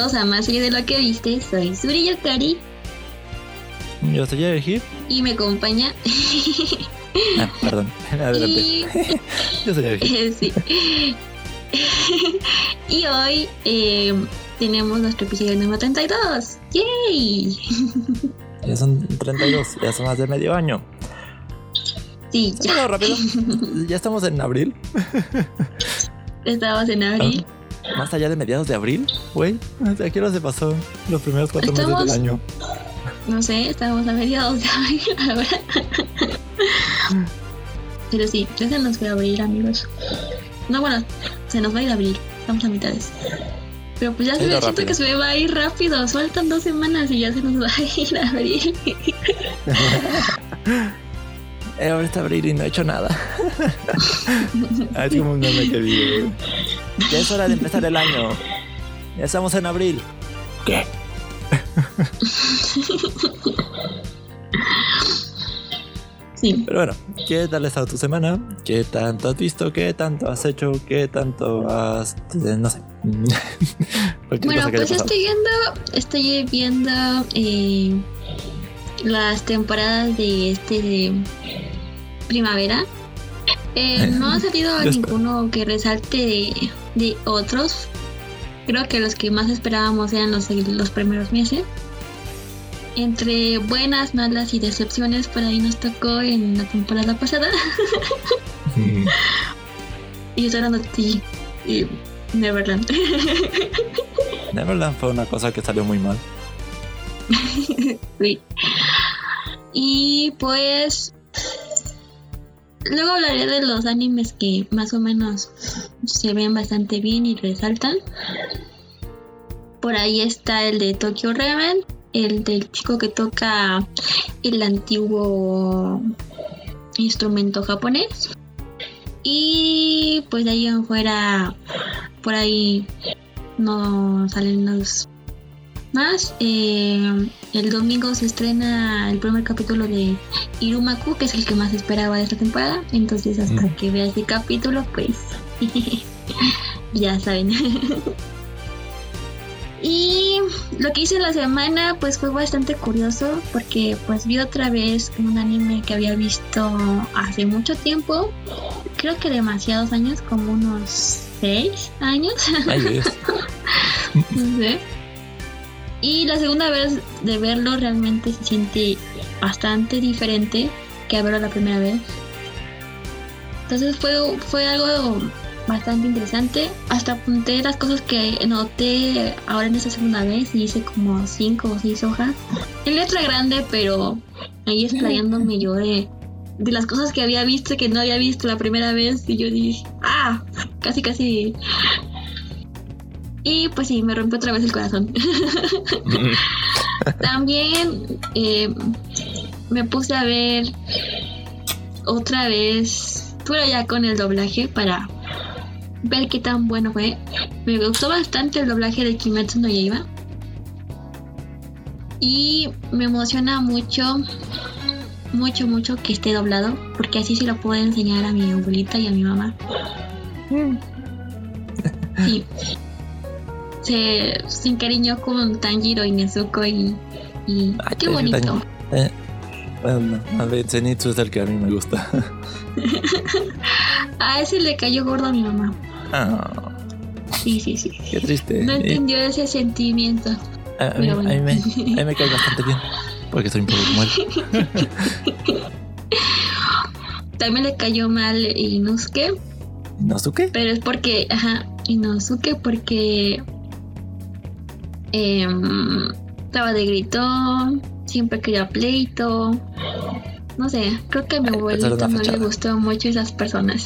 bienvenidos a Más allá de lo que viste. Soy Suri Yokari. Yo soy Eji. Y me acompaña. Perdón, adelante. Yo soy Eji. Sí. Y hoy tenemos nuestro episodio número 32. ¡Yay! Ya son 32, ya son más de medio año. Sí, ya. Rápido. Ya estamos en abril. Estamos en abril. Más allá de mediados de abril, güey. ¿A qué hora se pasó los primeros 4 meses del año? No sé, estamos a mediados de abril ahora. Pero sí, ya se nos fue a abril, amigos. No, bueno, se nos va a ir a abril. Estamos a mitades. Pero pues ya siento que se me va a ir rápido. Faltan 2 semanas y ya se nos va a ir a abril. Ahora está abril y no he hecho nada. Es como un meme que digo. Ya es hora de empezar el año. Ya estamos en abril. ¿Qué? Sí. Pero bueno, ¿qué tal ha estado tu semana? ¿Qué tanto has visto? ¿Qué tanto has hecho? ¿Qué tanto has... no sé. Bueno, pues estoy viendo las temporadas de primavera. No ha salido ninguno que resalte de otros. Creo que los que más esperábamos eran los primeros meses. Entre buenas, malas y decepciones, por ahí nos tocó en la temporada pasada. Y yo estoy hablando de ti y Neverland. Neverland fue una cosa que salió muy mal. Sí. Y pues luego hablaré de los animes que más o menos se ven bastante bien y resaltan. Por ahí está el de Tokyo Reven, el del chico que toca el antiguo instrumento japonés. Y pues de ahí en fuera, por ahí no salen los más. El domingo se estrena el primer capítulo de Irumaku, que es el que más esperaba de esta temporada. Entonces hasta que vea ese capítulo, pues ya saben. Y lo que hice la semana pues fue bastante curioso, porque pues vi otra vez un anime que había visto hace mucho tiempo. Creo que demasiados años, como unos 6 años. Ay, Dios. No sé. Y la segunda vez de verlo realmente se siente bastante diferente que verlo la primera vez. Entonces fue algo bastante interesante. Hasta apunté las cosas que noté ahora en esta segunda vez y hice como 5 o 6 hojas en letra grande, pero ahí explayándome yo de las cosas que había visto y que no había visto la primera vez. Y yo dije, casi. Y pues sí, me rompió otra vez el corazón. También me puse a ver otra vez, pero ya con el doblaje, para ver qué tan bueno fue. Me gustó bastante el doblaje de Kimetsu no Yaiba. Y me emociona mucho que esté doblado, porque así se lo puedo enseñar a mi abuelita y a mi mamá. Sí. Se encariñó con Tanjiro y Nezuko y qué bonito. Bueno, a ver, Zenitsu es el que a mí me gusta. A ese le cayó gordo a mi mamá. Sí. Qué triste. No entendió ese sentimiento. A mí me cae bastante bien, porque soy un poco como él. También le cayó mal Inosuke. ¿Inosuke? Pero es porque, Inosuke, porque estaba de gritón, siempre quería pleito. No sé, creo que a mi abuelito no le gustó mucho esas personas.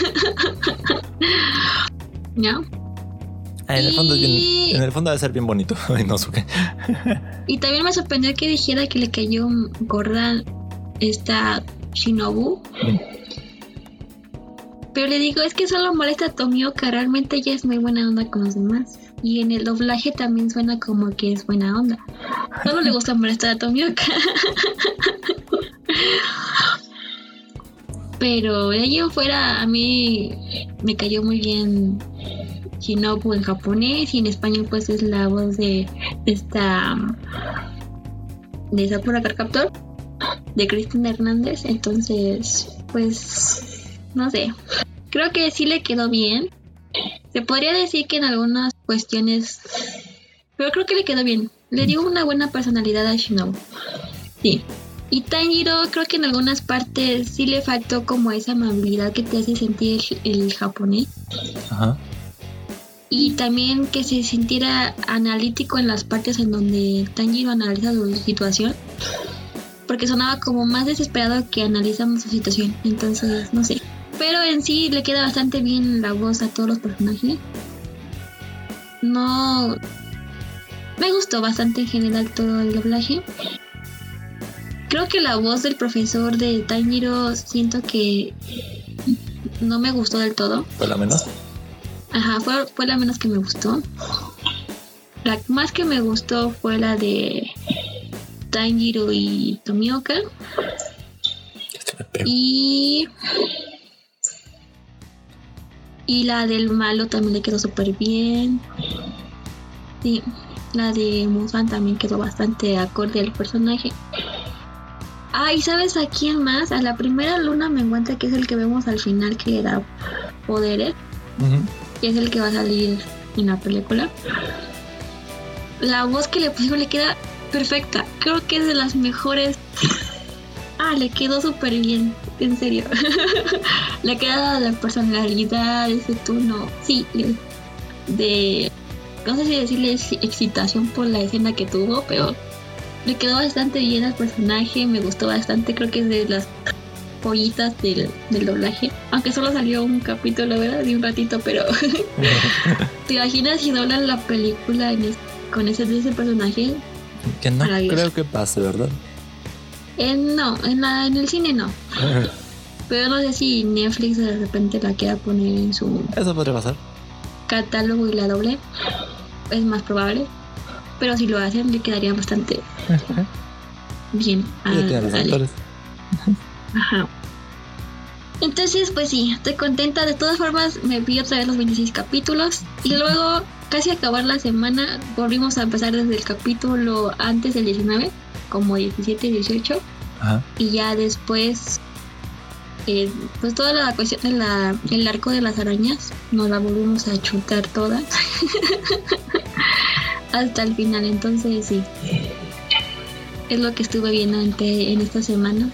¿No? En el fondo debe ser bien bonito, Inosuke. Y también me sorprendió que dijera que le cayó gorda esta Shinobu. Pero le digo, es que solo molesta a Tomioka, realmente ella es muy buena onda con los demás. Y en el doblaje también suena como que es buena onda. Solo le gusta molestar a Tomioka. Pero de allí en fuera a mí me cayó muy bien Shinobu en japonés, y en español pues es la voz de Sakura Card Captor, de Cristina Hernández. Entonces, pues, no sé, creo que sí le quedó bien. Se podría decir que en algunas cuestiones, pero creo que le quedó bien. Le dio una buena personalidad a Shinobu. Sí. Y Tanjiro creo que en algunas partes sí le faltó como esa amabilidad que te hace sentir el japonés. Ajá. Y también que se sintiera analítico en las partes en donde Tanjiro analiza su situación. Porque sonaba como más desesperado que analizamos su situación. Entonces, no sé. Pero en sí le queda bastante bien la voz a todos los personajes. No... Me gustó bastante en general todo el doblaje. Creo que la voz del profesor de Tanjiro siento que no me gustó del todo. ¿Fue la menos? Ajá, fue la menos que me gustó. La más que me gustó fue la de Tanjiro y Tomioka. Y la del malo también le quedó súper bien. Sí, la de Muzan también quedó bastante acorde al personaje. Ah, ¿y sabes a quién más? A la primera luna menguante, que es el que vemos al final, que le da poderes. Que es el que va a salir en la película. La voz que le pusieron le queda perfecta. Creo que es de las mejores. Le quedó súper bien, en serio. Le queda la personalidad, ese tono. Sí, no sé si decirle excitación por la escena que tuvo, pero le quedó bastante bien al personaje. Me gustó bastante, creo que es de las pollitas del doblaje. Aunque solo salió un capítulo, ¿verdad? De un ratito, pero... ¿Te imaginas si doblan la película con ese personaje? Que no creo que pase, ¿verdad? No, en el cine no. Pero no sé si Netflix de repente la quiera poner en su... Eso podría pasar. Catálogo y la doble. Es más probable. Pero si lo hacen, le quedaría bastante bien a los actores. Ajá. Entonces, pues sí, estoy contenta. De todas formas, me vi otra vez los 26 capítulos. Y luego, casi acabar la semana, volvimos a empezar desde el capítulo antes del 19, como 17, 18. Ajá. Y ya después, pues toda la cuestión el arco de las arañas, nos la volvimos a chutar todas. Hasta el final. Entonces, sí, es lo que estuve viendo en esta semana.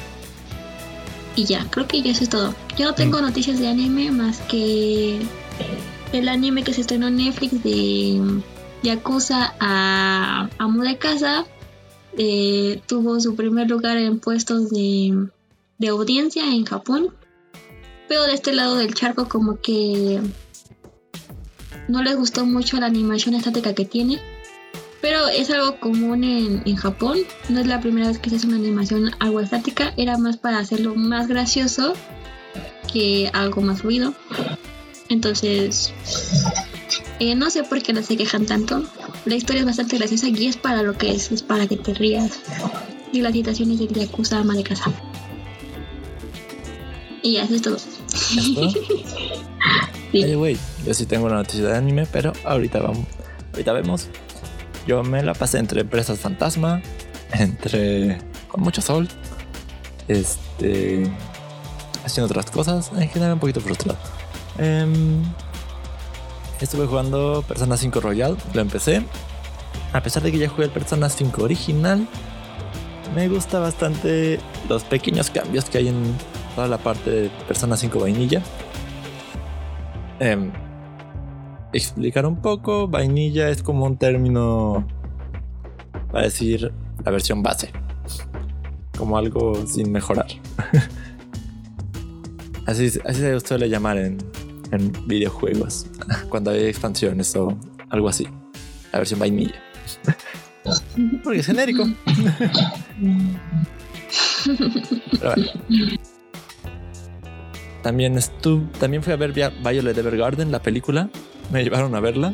Y ya, creo que ya eso es todo. Yo no tengo noticias de anime más que el anime que se estrenó en Netflix de Yakuza a Amo de Casa. Tuvo su primer lugar en puestos de audiencia en Japón. Pero de este lado del charco como que no les gustó mucho la animación estática que tiene. Pero es algo común en Japón. No es la primera vez que se hace una animación algo estática. Era más para hacerlo más gracioso que algo más fluido. Entonces, no sé por qué no se quejan tanto. La historia es bastante graciosa y es para lo que es para que te rías de las situaciones del Yakuza ama de casa. Y ya, eso es todo. Sí. Oye, güey, yo sí tengo una noticia de anime, pero ahorita vemos. Yo me la pasé entre Empresas Fantasma, con mucho sol, haciendo otras cosas, en general un poquito frustrado. Estuve jugando Persona 5 Royal, lo empecé. A pesar de que ya jugué el Persona 5 original, me gusta bastante los pequeños cambios que hay en toda la parte de Persona 5 vainilla. Explicar un poco, vainilla es como un término para decir la versión base, como algo sin mejorar. así se suele llamar en videojuegos cuando hay expansiones o algo así, la versión vainilla. Porque es genérico. Pero bueno. También fui a ver Violet Evergarden, la película. Me llevaron a verla.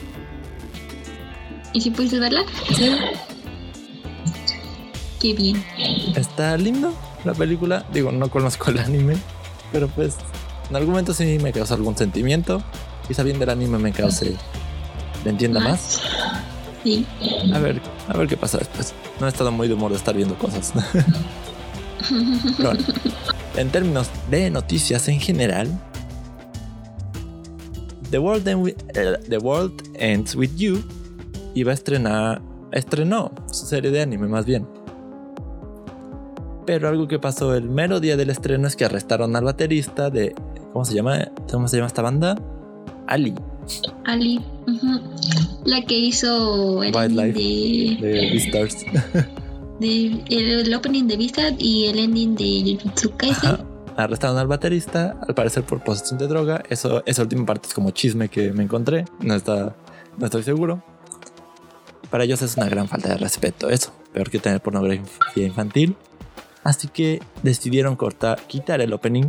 ¿Y si pudiste verla? Sí. Qué bien. Está lindo la película. Digo, no conozco el anime, pero pues en algún momento sí me causó algún sentimiento. quizá bien del anime me cause le entienda más. Sí. A ver qué pasa después. No he estado muy de humor de estar viendo cosas. Pero bueno, en términos de noticias en general, The World Ends With You estrenó su serie de anime más bien. Pero algo que pasó el mero día del estreno es que arrestaron al baterista de... ¿Cómo se llama esta banda? Ali. La que hizo el Wildlife de Beastars. El opening de Beastars y el ending de Jujutsu Kaisen. Arrestaron al baterista, al parecer por posesión de droga. Esa última parte es como chisme que me encontré. No estoy seguro. Para ellos es una gran falta de respeto eso. Peor que tener pornografía infantil. Así que decidieron quitar el opening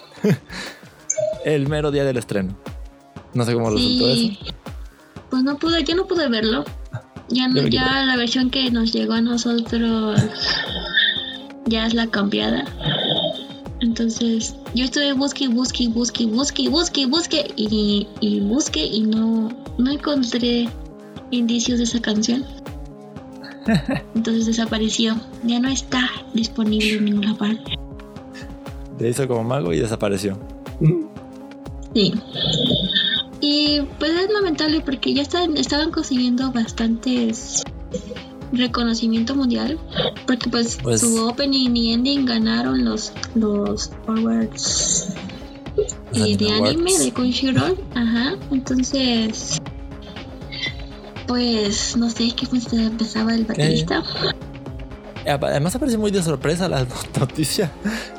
el mero día del estreno. No sé cómo resultó eso. Pues yo no pude verlo. Ya la versión que nos llegó a nosotros ya es la cambiada. Entonces yo estuve busque y no encontré indicios de esa canción. Entonces desapareció. Ya no está disponible en ninguna parte. Le hizo como mago y desapareció. Sí. Y pues es lamentable porque ya estaban consiguiendo bastantes reconocimiento mundial, porque pues su opening y ending ganaron los awards de anime de Crunchyroll. Entonces pues no sé qué empezaba el baterista. Además apareció muy de sorpresa la noticia.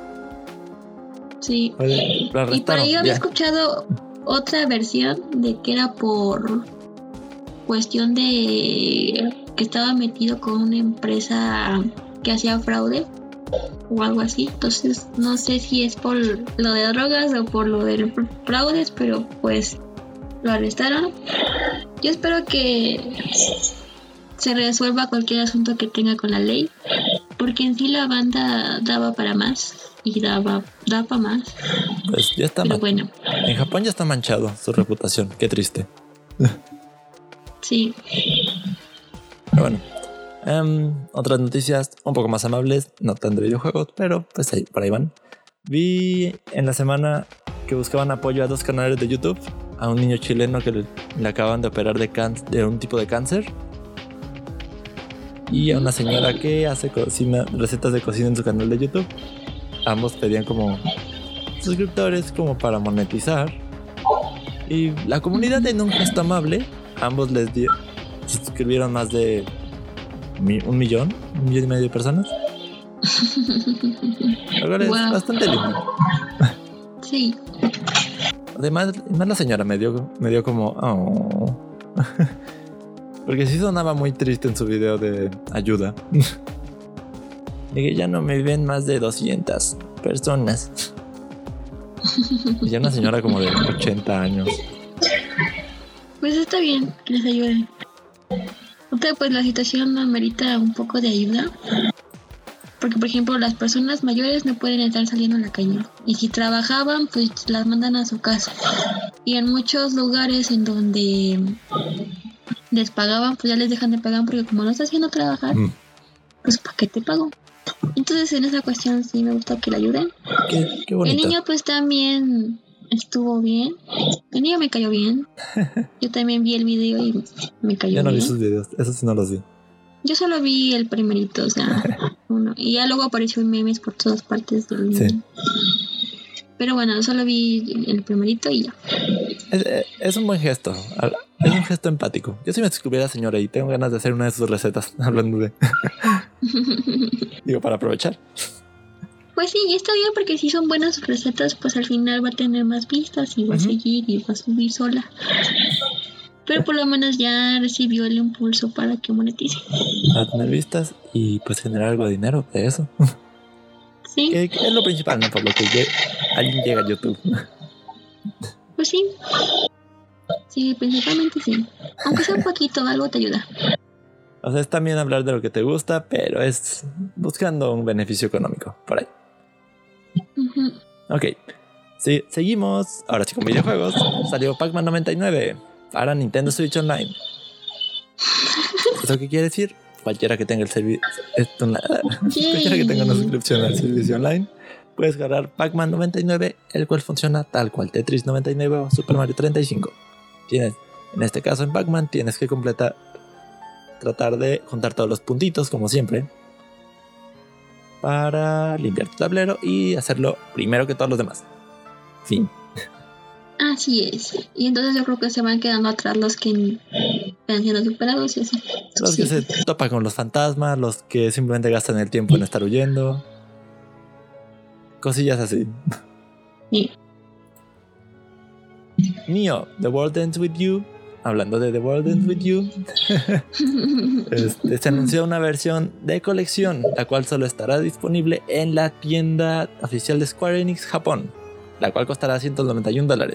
Sí. Y por ahí había escuchado otra versión de que era por cuestión de que estaba metido con una empresa que hacía fraude o algo así. Entonces no sé si es por lo de drogas o por lo de fraudes, pero pues lo arrestaron. Yo espero que se resuelva cualquier asunto que tenga con la ley, porque en sí la banda daba para más y da para más. Pues ya está. Pero bueno, en Japón ya está manchado su reputación. Qué triste. Sí. Pero bueno, otras noticias un poco más amables, no tan de videojuegos, pero pues por ahí van. Vi en la semana que buscaban apoyo a 2 canales de YouTube, a un niño chileno que le acaban de operar de un tipo de cáncer, y a una señora que hace recetas de cocina en su canal de YouTube. Ambos pedían como suscriptores como para monetizar, y la comunidad, en un gesto amable, ambos suscribieron más de 1 millón y medio de personas. Ahora es bastante lindo. Sí. Además la señora me dio como porque sí sonaba muy triste en su video de ayuda. De que ya no me ven más de 200 personas. Y ya una señora como de 80 años. Pues está bien que les ayuden. Otra, pues la situación amerita un poco de ayuda. Porque, por ejemplo, las personas mayores no pueden estar saliendo a la calle. Y si trabajaban, pues las mandan a su casa. Y en muchos lugares en donde les pagaban, pues ya les dejan de pagar, porque como no estás haciendo trabajar, pues ¿para qué te pago? Entonces en esa cuestión sí me gustó que le ayuden. Qué bonito. El niño pues también estuvo bien. El niño me cayó bien. Yo también vi el video y me cayó bien. Yo no vi sus videos, esos sí no los vi. Yo solo vi el primerito, o sea, uno. Y ya luego apareció en memes por todas partes del niño. Sí. Pero bueno, solo vi el primerito y ya. Es un buen gesto. Es un gesto empático. Yo si me descubriera, señora, y tengo ganas de hacer una de sus recetas, hablando de... Digo, para aprovechar. Pues sí, está bien, porque si son buenas recetas, pues al final va a tener más vistas y va a seguir y va a subir sola. Pero por lo menos ya recibió el impulso para que monetice. Para tener vistas y pues generar algo de dinero de eso. Sí. Que es lo principal, ¿no? Por lo que alguien llega a YouTube. Pues sí. Sí, principalmente sí. Aunque sea un poquito, algo te ayuda. O sea, es también hablar de lo que te gusta, pero es buscando un beneficio económico por ahí. Ok. Sí, seguimos. Ahora sí con videojuegos. Salió Pac-Man 99 para Nintendo Switch Online. ¿Eso qué quiere decir? Cualquiera que tenga el servicio, cualquiera que tenga una suscripción al servicio online, puedes agarrar Pac-Man 99, el cual funciona tal cual Tetris 99 o Super Mario 35. En este caso en Pac-Man tienes que tratar de juntar todos los puntitos como siempre para limpiar tu tablero y hacerlo primero que todos los demás. Fin. Así es. Y entonces yo creo que se van quedando atrás los que van siendo superados y así. Los que se topan con los fantasmas, los que simplemente gastan el tiempo en estar huyendo. Cosillas así. Sí. Neo, The World Ends With You. Hablando de The World Ends With You, se anunció una versión de colección, la cual solo estará disponible en la tienda oficial de Square Enix Japón, la cual costará $191.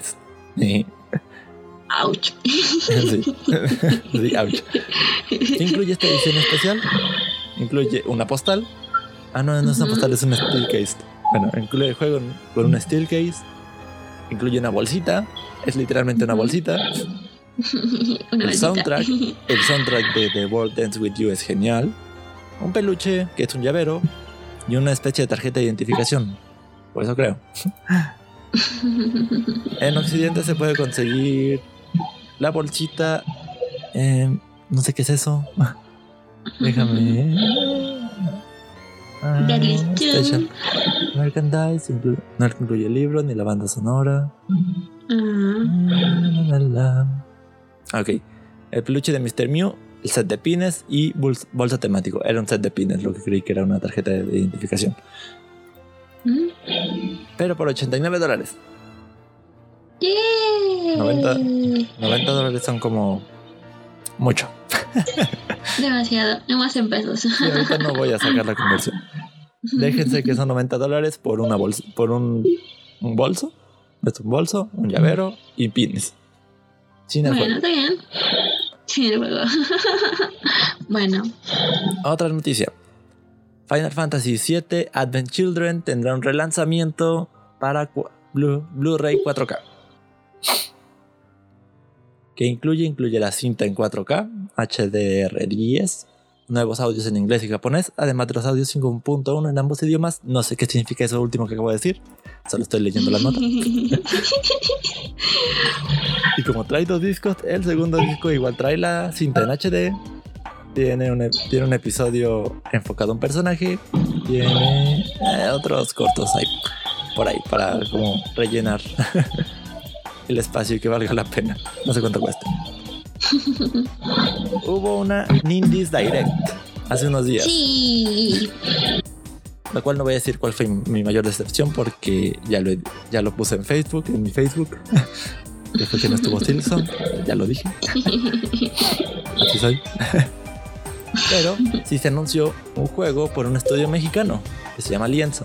Ouch. Sí. Sí, ouch. ¿Qué incluye esta edición especial? Incluye una postal. Ah, no es una postal, es un steel case. Bueno, incluye el juego con un steel case. Incluye una bolsita. Es literalmente una bolsita. El soundtrack de The World Ends With You es genial. Un peluche, que es un llavero, y una especie de tarjeta de identificación. Por eso creo. En Occidente se puede conseguir la bolsita. No sé qué es eso. Déjame. Special Merchandise. No incluye el libro ni la banda sonora. Ok. El peluche de Mr. Mew, el set de pines y bolsa temático. Era un set de pines, lo que creí que era una tarjeta de identificación. Pero por $89. Yeah. $90 son como mucho. Demasiado, no más en pesos. Sí, ahorita no voy a sacar la conversión. Déjense que son $90 por una bolsa, por un bolso. Es un bolso, un llavero y pines. Sin el juego. Está bien. Sin el juego. Bueno. Otra noticia. Final Fantasy VII Advent Children tendrá un relanzamiento para Blu-ray 4K. Que incluye la cinta en 4K, HDR10, nuevos audios en inglés y japonés, además de los audios 5.1 en ambos idiomas. No sé qué significa eso último que acabo de decir, solo estoy leyendo la nota. Y como trae 2 discos, el segundo disco igual trae la cinta en HD. Tiene un episodio enfocado a un personaje. Tiene otros cortos ahí, por ahí, para como rellenar el espacio y que valga la pena. No sé cuánto cuesta. Hubo una Nindies Direct hace unos días. Sí. La cual no voy a decir cuál fue mi mayor decepción porque ya lo puse en mi Facebook. Que fue que no estuvo Silson, ya lo dije. Así soy. Pero sí se anunció un juego por un estudio mexicano que se llama Lienzo.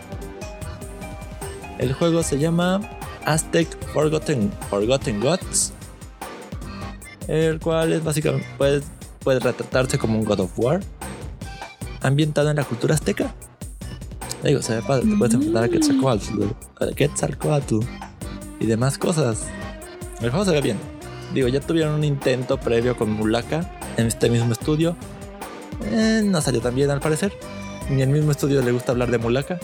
El juego se llama Aztec Forgotten Gods, el cual es básicamente puede retratarse como un God of War ambientado en la cultura azteca. Digo, se ve padre, te puedes enfrentar a Quetzalcóatl y demás cosas. El juego se ve bien. Digo, ya tuvieron un intento previo con Mulaka en este mismo estudio. No salió tan bien al parecer. Ni al mismo estudio le gusta hablar de Mulaka.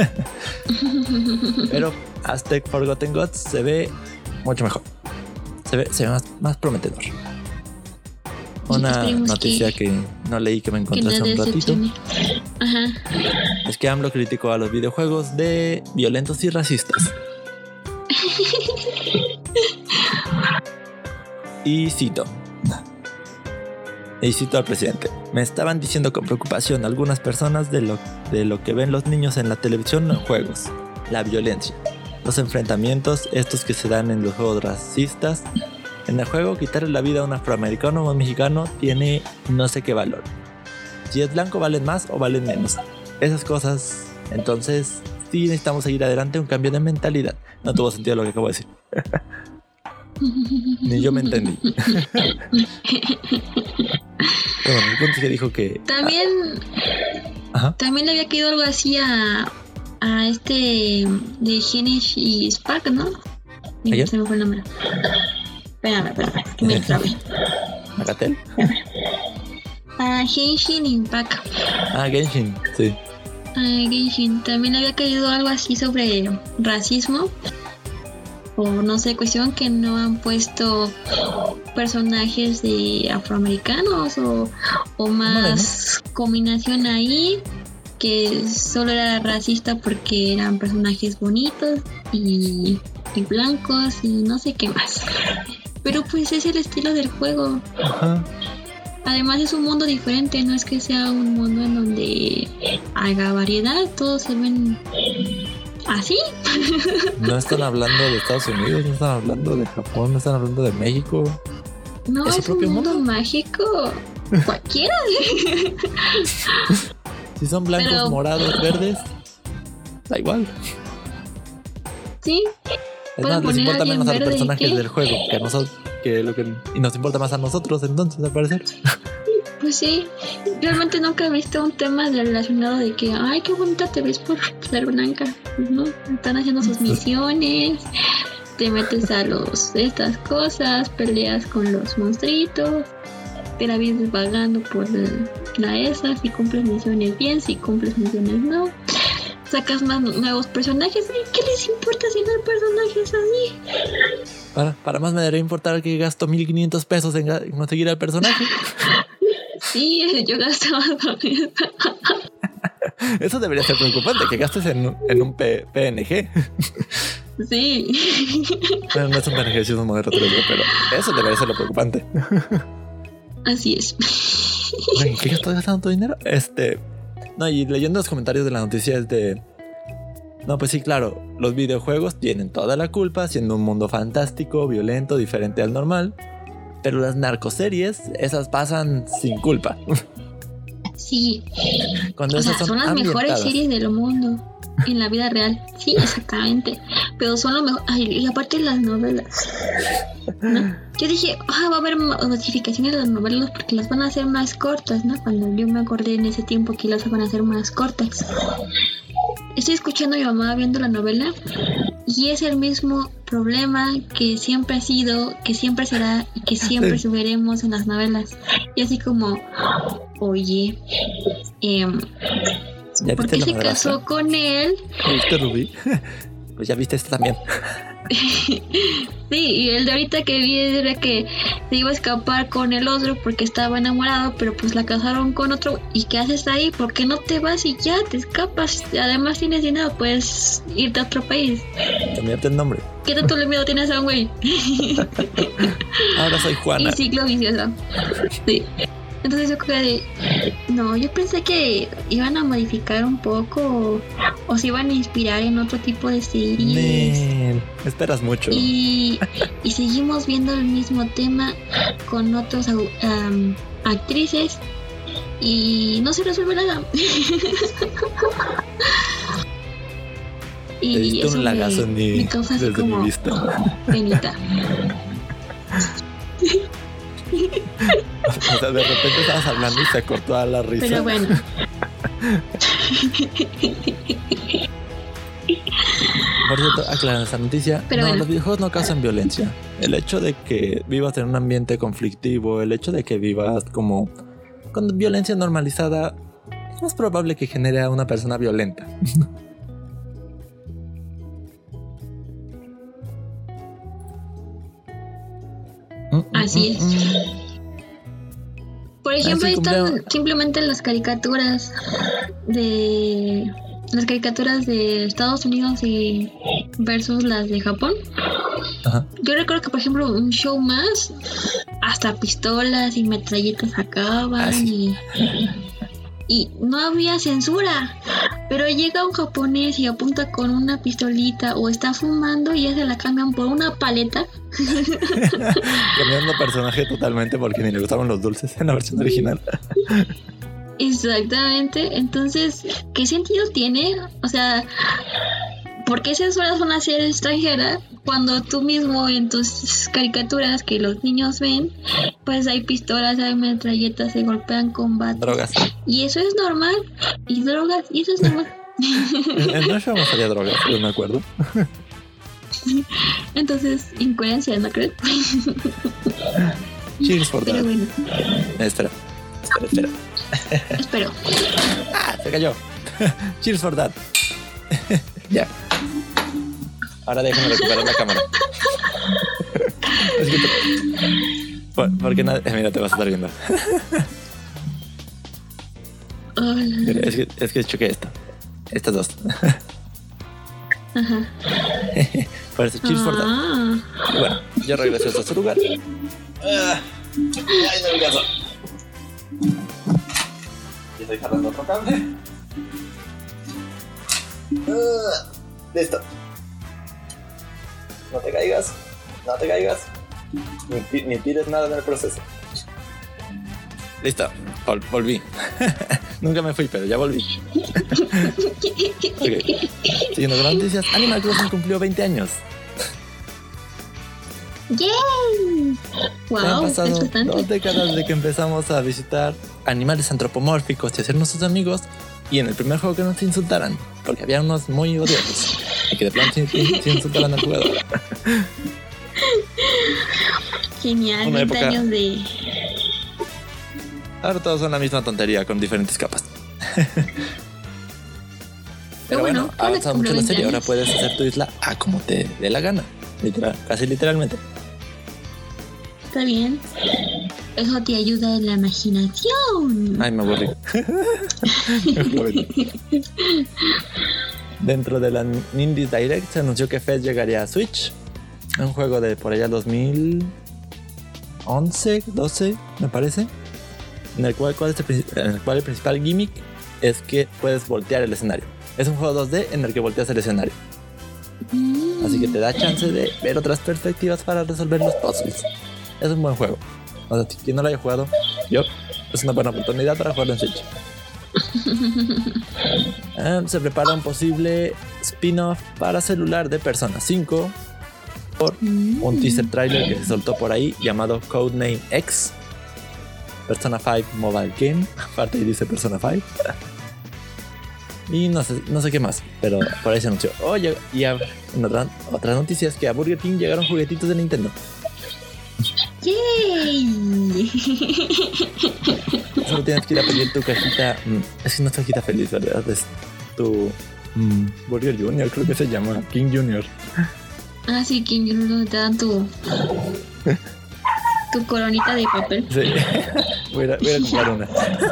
Pero Aztec Forgotten Gods se ve mucho mejor. Se ve más prometedor. Una noticia que no leí, que me encontré hace un ratito. Ajá. Es que AMLO criticó a los videojuegos de violentos y racistas. Y cito al presidente: me estaban diciendo con preocupación algunas personas de lo que ven los niños en la televisión en juegos, la violencia, los enfrentamientos estos que se dan en los juegos racistas. En el juego, quitarle la vida a un afroamericano o un mexicano tiene no sé qué valor. Si es blanco, valen más o valen menos. Esas cosas. Entonces, sí necesitamos seguir adelante, un cambio de mentalidad. No tuvo sentido lo que acabo de decir. Ni yo me entendí. Pero bueno, el punto es que dijo que... También le había caído algo así a a este de Genish y Spark, ¿no? ¿Ayer? Se me fue el nombre. Espérame, que me trabé. ¿Magatel? A Genshin Impact. Genshin, sí. Genshin. También había caído algo así sobre racismo. O no sé, cuestión que no han puesto personajes de afroamericanos o más combinación ahí, que solo era racista porque eran personajes bonitos y blancos y no sé qué más. Pero pues es el estilo del juego. Ajá. Además es un mundo diferente, no es que sea un mundo en donde haga variedad, todos se ven así. No están hablando de Estados Unidos, no están hablando de Japón, no están hablando de México. No, es un mundo mágico. Cualquiera. Si son blancos, pero morados, verdes, da igual. Sí. Es más, les importa menos a los personajes del juego que a nosotros, y nos importa más a nosotros, entonces, al parecer. Pues sí, realmente nunca he visto un tema relacionado de que, ay, qué bonita te ves por ser blanca, ¿no? Están haciendo sus misiones, te metes a estas cosas, peleas con los monstruitos, te la vives vagando por la ESA, si cumples misiones bien, si cumples misiones no. Sacas más nuevos personajes. ¿Qué les importa si no hay personajes así? Para más me debería importar que gasto 1,500 pesos en conseguir al personaje. Sí, yo gasto más por eso. Eso debería ser preocupante, que gastes en un PNG. Sí. Bueno, no es un PNG, es un modelo 3D, pero eso debería ser lo preocupante. Así es. ¿En qué estoy gastando tu dinero? No, y leyendo los comentarios de la noticia es de... No, pues sí, claro, los videojuegos tienen toda la culpa, siendo un mundo fantástico, violento, diferente al normal. Pero las narcoseries, esas pasan sin culpa. Sí. Cuando esas son las mejores series del mundo en la vida real. Sí, exactamente. Pero son lo mejor. Ay, y aparte las novelas, ¿no? Yo dije, va a haber modificaciones de las novelas porque las van a hacer más cortas, ¿no? Cuando yo me acordé en ese tiempo que las van a hacer más cortas. Estoy escuchando a mi mamá viendo la novela y es el mismo problema que siempre ha sido, que siempre será y que siempre veremos en las novelas. Y así como, oye, ¿por qué se casó con él? ¿Viste Rubí? Pues ya viste esto también. Sí, y el de ahorita que vi era que se iba a escapar con el otro porque estaba enamorado, pero pues la casaron con otro. ¿Y qué haces ahí? ¿Por qué no te vas y ya te escapas? Además tienes dinero, puedes irte a otro país. Cambiate el nombre. ¿Qué tanto le miedo tienes a un güey? Ahora soy Juana. Y ciclo vicioso. Sí. Entonces yo creo que yo pensé que iban a modificar un poco o se iban a inspirar en otro tipo de series. Esperas mucho. Y seguimos viendo el mismo tema con otros actrices y no se resuelve nada. Y te diste un lagazo me causa así desde como mi vista. penita. O sea, de repente estabas hablando y se cortó a la risa. Pero bueno. Por cierto, aclarando esta noticia, los videojuegos no causan violencia. El hecho de que vivas en un ambiente conflictivo, el hecho de que vivas como con violencia normalizada, es más probable que genere a una persona violenta. Así es. Por ejemplo, ahí están simplemente las caricaturas de Estados Unidos y versus las de Japón. Ajá. Yo recuerdo que, por ejemplo, un show más, hasta pistolas y metralletas sacaban y no había censura. Pero llega un japonés y apunta con una pistolita o está fumando y ya se la cambian por una paleta. Cambiando personaje totalmente porque ni le gustaban los dulces en la versión original. Exactamente. Entonces, ¿qué sentido tiene? O sea, ¿por qué censuras una serie extranjera cuando tú mismo en tus caricaturas que los niños ven, pues hay pistolas, hay metralletas, se golpean con bates? Drogas. Y eso es normal. Y drogas, y eso es normal. En no me salía droga, pero me acuerdo. Entonces, incoherencia, ¿no crees? Cheers for Pero that. bueno, Espera. espero. Se cayó. Cheers for that. Ya. Ahora déjame recuperar la cámara. Es que porque mira, te vas a estar viendo. Mira, es que choqué esto. Estas dos. Ajá. Por eso, cheers for that. Y bueno, yo regreso a su lugar. Ay, no me caso. Y estoy jalando otro cable. Listo. No te caigas. No te caigas. Ni tires nada en el proceso. Listo. Volví. Nunca me fui, pero ya volví. Okay. Siguiendo con las noticias, Animal Crossing cumplió 20 años. ¡Yay! Se han Wow, es pasado bastante. 2 décadas de que empezamos a visitar animales antropomórficos y hacer nuestros amigos. Y en el primer juego que nos insultaran, porque había unos muy odiosos y que de pronto se insultaran al jugador. Genial, Una 20 época- años de... Ahora todos son la misma tontería con diferentes capas. Pero bueno, ha avanzado mucho la serie. Ahora puedes hacer tu isla a como te dé la gana. Casi literalmente. Está bien. Eso te ayuda en la imaginación. Ay, me aburrí. Dentro de la Nindie Direct se anunció que Fez llegaría a Switch. Un juego de por allá 2011, 12, me parece. En el cual el principal gimmick es que puedes voltear el escenario. Es un juego 2D en el que volteas el escenario. Así que te da chance de ver otras perspectivas para resolver los puzzles. Es un buen juego. O sea, quien no lo haya jugado, es una buena oportunidad para jugarlo en Switch. Se prepara un posible spin-off para celular de Persona 5 por un teaser trailer que se soltó por ahí llamado Codename X. Persona 5 Mobile Game. Aparte ahí dice Persona 5. Y no sé qué más, pero por ahí se anunció. Oye, y en otra noticia es que a Burger King llegaron juguetitos de Nintendo. ¡Yay! Solo tienes que ir a pedir tu cajita. Es que no es cajita feliz, ¿verdad? Es tu Burger Junior, creo que se llama King Junior. Ah, sí, King, donde te dan tu coronita de papel. Sí. voy a comprar una.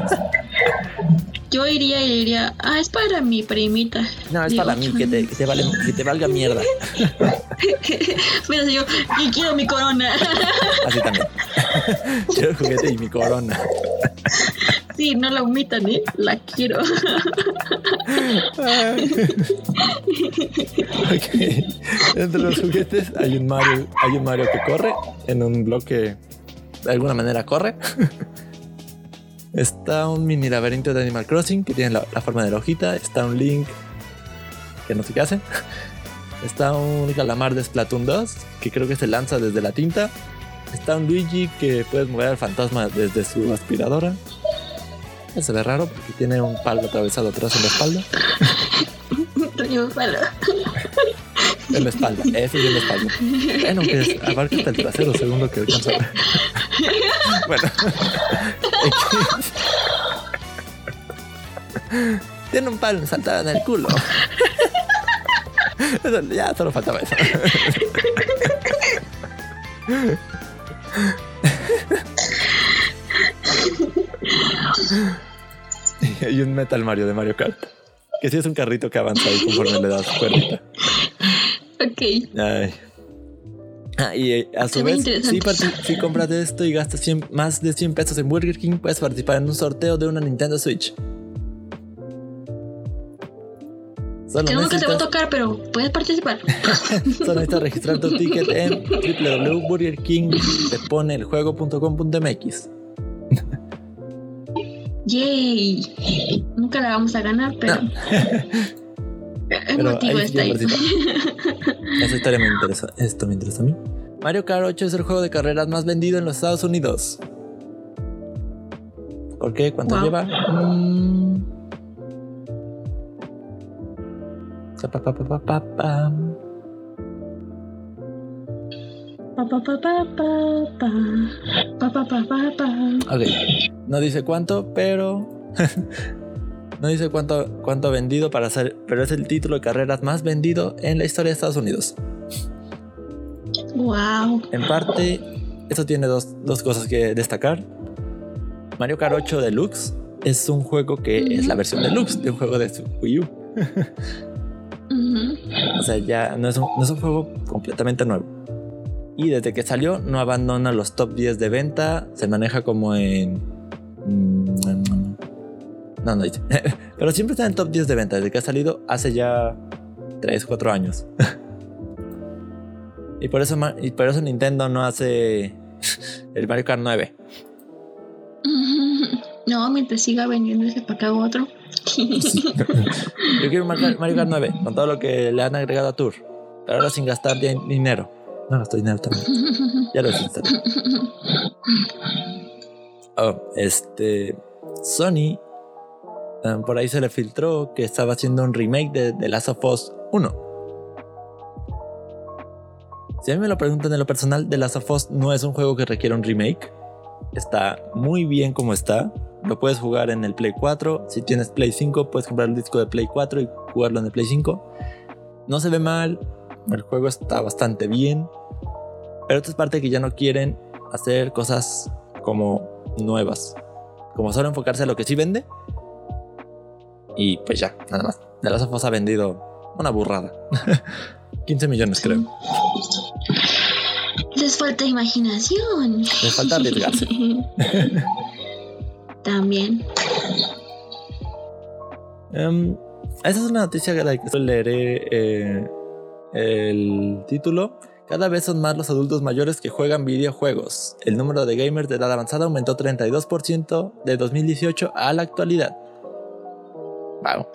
Yo iría y diría, es para mi primita. No, es De para mí, 8 que años. te valga mierda. Mira, yo quiero mi corona. Así también. Quiero el juguete y mi corona. Sí, no la omitan, la quiero. Okay. Entre los juguetes hay un Mario que corre en un bloque. De alguna manera corre. Está un mini laberinto de Animal Crossing que tiene la forma de la hojita. Está un Link que no sé qué hace. Está un calamar de Splatoon 2 que creo que se lanza desde la tinta. Está un Luigi que puedes mover al fantasma desde su aspiradora. Se ve raro porque tiene un palo atravesado atrás en la espalda. En la espalda, eso es en la espalda. Bueno, que abarca hasta el trasero, según lo que alcanza a ver. Bueno. Tiene un palo saltado en el culo. Eso, ya solo faltaba eso. Y un Metal Mario de Mario Kart. Que sí es un carrito que avanza ahí conforme le das cuerdita. Ok. Ay. Y a su vez, si compras de esto y gastas más de 100 pesos en Burger King, puedes participar en un sorteo de una Nintendo Switch. Creo que te va a tocar, pero puedes participar. Solo necesitas registrar tu ticket en www.burgerkingteponeeljuego.com.mx. Yay. Nunca la vamos a ganar, pero No. emotivo está ahí. Esa historia me interesa. Esto me interesa a mí. Mario Kart 8 es el juego de carreras más vendido en los Estados Unidos. ¿Por qué? ¿Cuánto lleva? Ok, no dice cuánto, pero no dice cuánto ha vendido para hacer, pero es el título de carreras más vendido en la historia de Estados Unidos. Wow. En parte, esto tiene dos cosas que destacar. Mario Kart 8 Deluxe es un juego que es la versión Deluxe de un juego de Wii U. O sea, ya no es un juego completamente nuevo. Y desde que salió no abandona los top 10 de venta. Se maneja como en... No dice. Pero siempre está en el top 10 de venta. Desde que ha salido hace ya 3-4 años. Y por eso Nintendo no hace el Mario Kart 9. No, mientras siga vendiendo ese para acá otro. Sí. Yo quiero un Mario Kart 9 con todo lo que le han agregado a Tour, pero ahora sin gastar dinero. No gasto dinero también. Ya lo instalé. Sony por ahí se le filtró que estaba haciendo un remake de The Last of Us 1. Si a mí me lo preguntan en lo personal, The Last of Us no es un juego que requiere un remake. Está muy bien como está. Lo puedes jugar en el Play 4. Si tienes Play 5, puedes comprar el disco de Play 4 y jugarlo en el Play 5. No se ve mal. El juego está bastante bien. Pero esta es parte que ya no quieren hacer cosas como nuevas. Como solo enfocarse a lo que sí vende. Y pues ya, nada más. The Last of Us ha vendido una burrada. 15 millones creo. Les falta imaginación. Les falta arriesgarse. También. Esa es una noticia de la que leeré el título. Cada vez son más los adultos mayores que juegan videojuegos. El número de gamers de edad avanzada aumentó 32% de 2018 a la actualidad. Wow.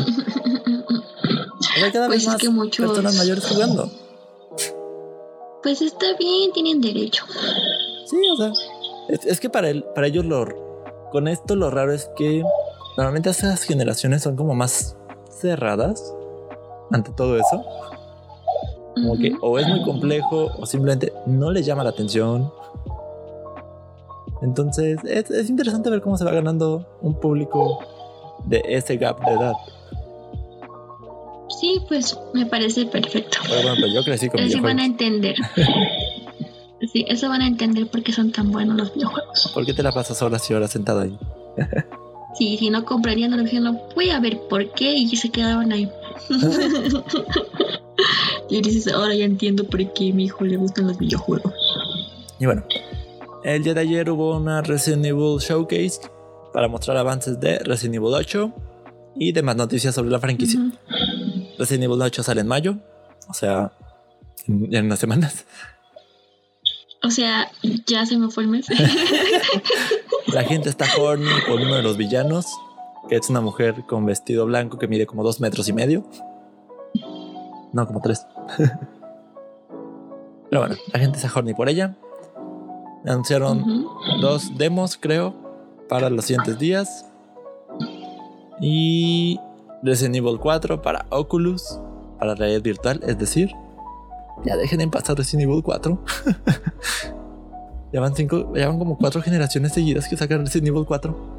Hay cada vez más personas mayores jugando. Pues está bien, tienen derecho. Sí, o sea, es que para ellos con esto lo raro es que normalmente esas generaciones son como más cerradas ante todo eso. Como que o es muy complejo o simplemente no les llama la atención. Entonces es interesante ver cómo se va ganando un público de ese gap de edad. Sí, pues me parece perfecto. Pero bueno, pues yo crecí con videojuegos. Van a entender. Sí, eso van a entender por qué son tan buenos los videojuegos. ¿Por qué te la pasas horas y horas sentado ahí? Sí, si no comprarían la opción, no voy a ver por qué, y se quedaban ahí. Y dices, ahora ya entiendo por qué a mi hijo le gustan los videojuegos. Y bueno, el día de ayer hubo una Resident Evil Showcase para mostrar avances de Resident Evil 8 y demás noticias sobre la franquicia. Resident Evil 8 sale en mayo, o sea, ya en unas semanas. O sea, ya se me fue el mes. La gente está horny por uno de los villanos, que es una mujer con vestido blanco que mide como 2 metros y medio. No, como 3. Pero bueno, la gente está horny por ella. Anunciaron 2 demos, creo, para los siguientes días. Y Resident Evil 4 para Oculus, para realidad virtual, es decir, ya dejen en paz a Resident Evil 4. ya van como 4 generaciones seguidas que sacan Resident Evil 4.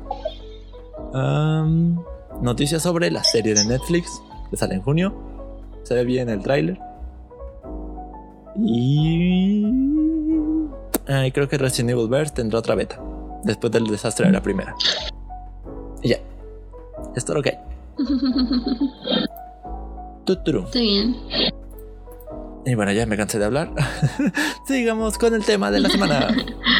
Noticias sobre la serie de Netflix que sale en junio. Se ve bien el tráiler. Y creo que Resident Evil Verse tendrá otra beta después del desastre de la primera. Y ya, es todo lo que hay. Está bien. Y bueno, ya me cansé de hablar. Sigamos con el tema de la semana.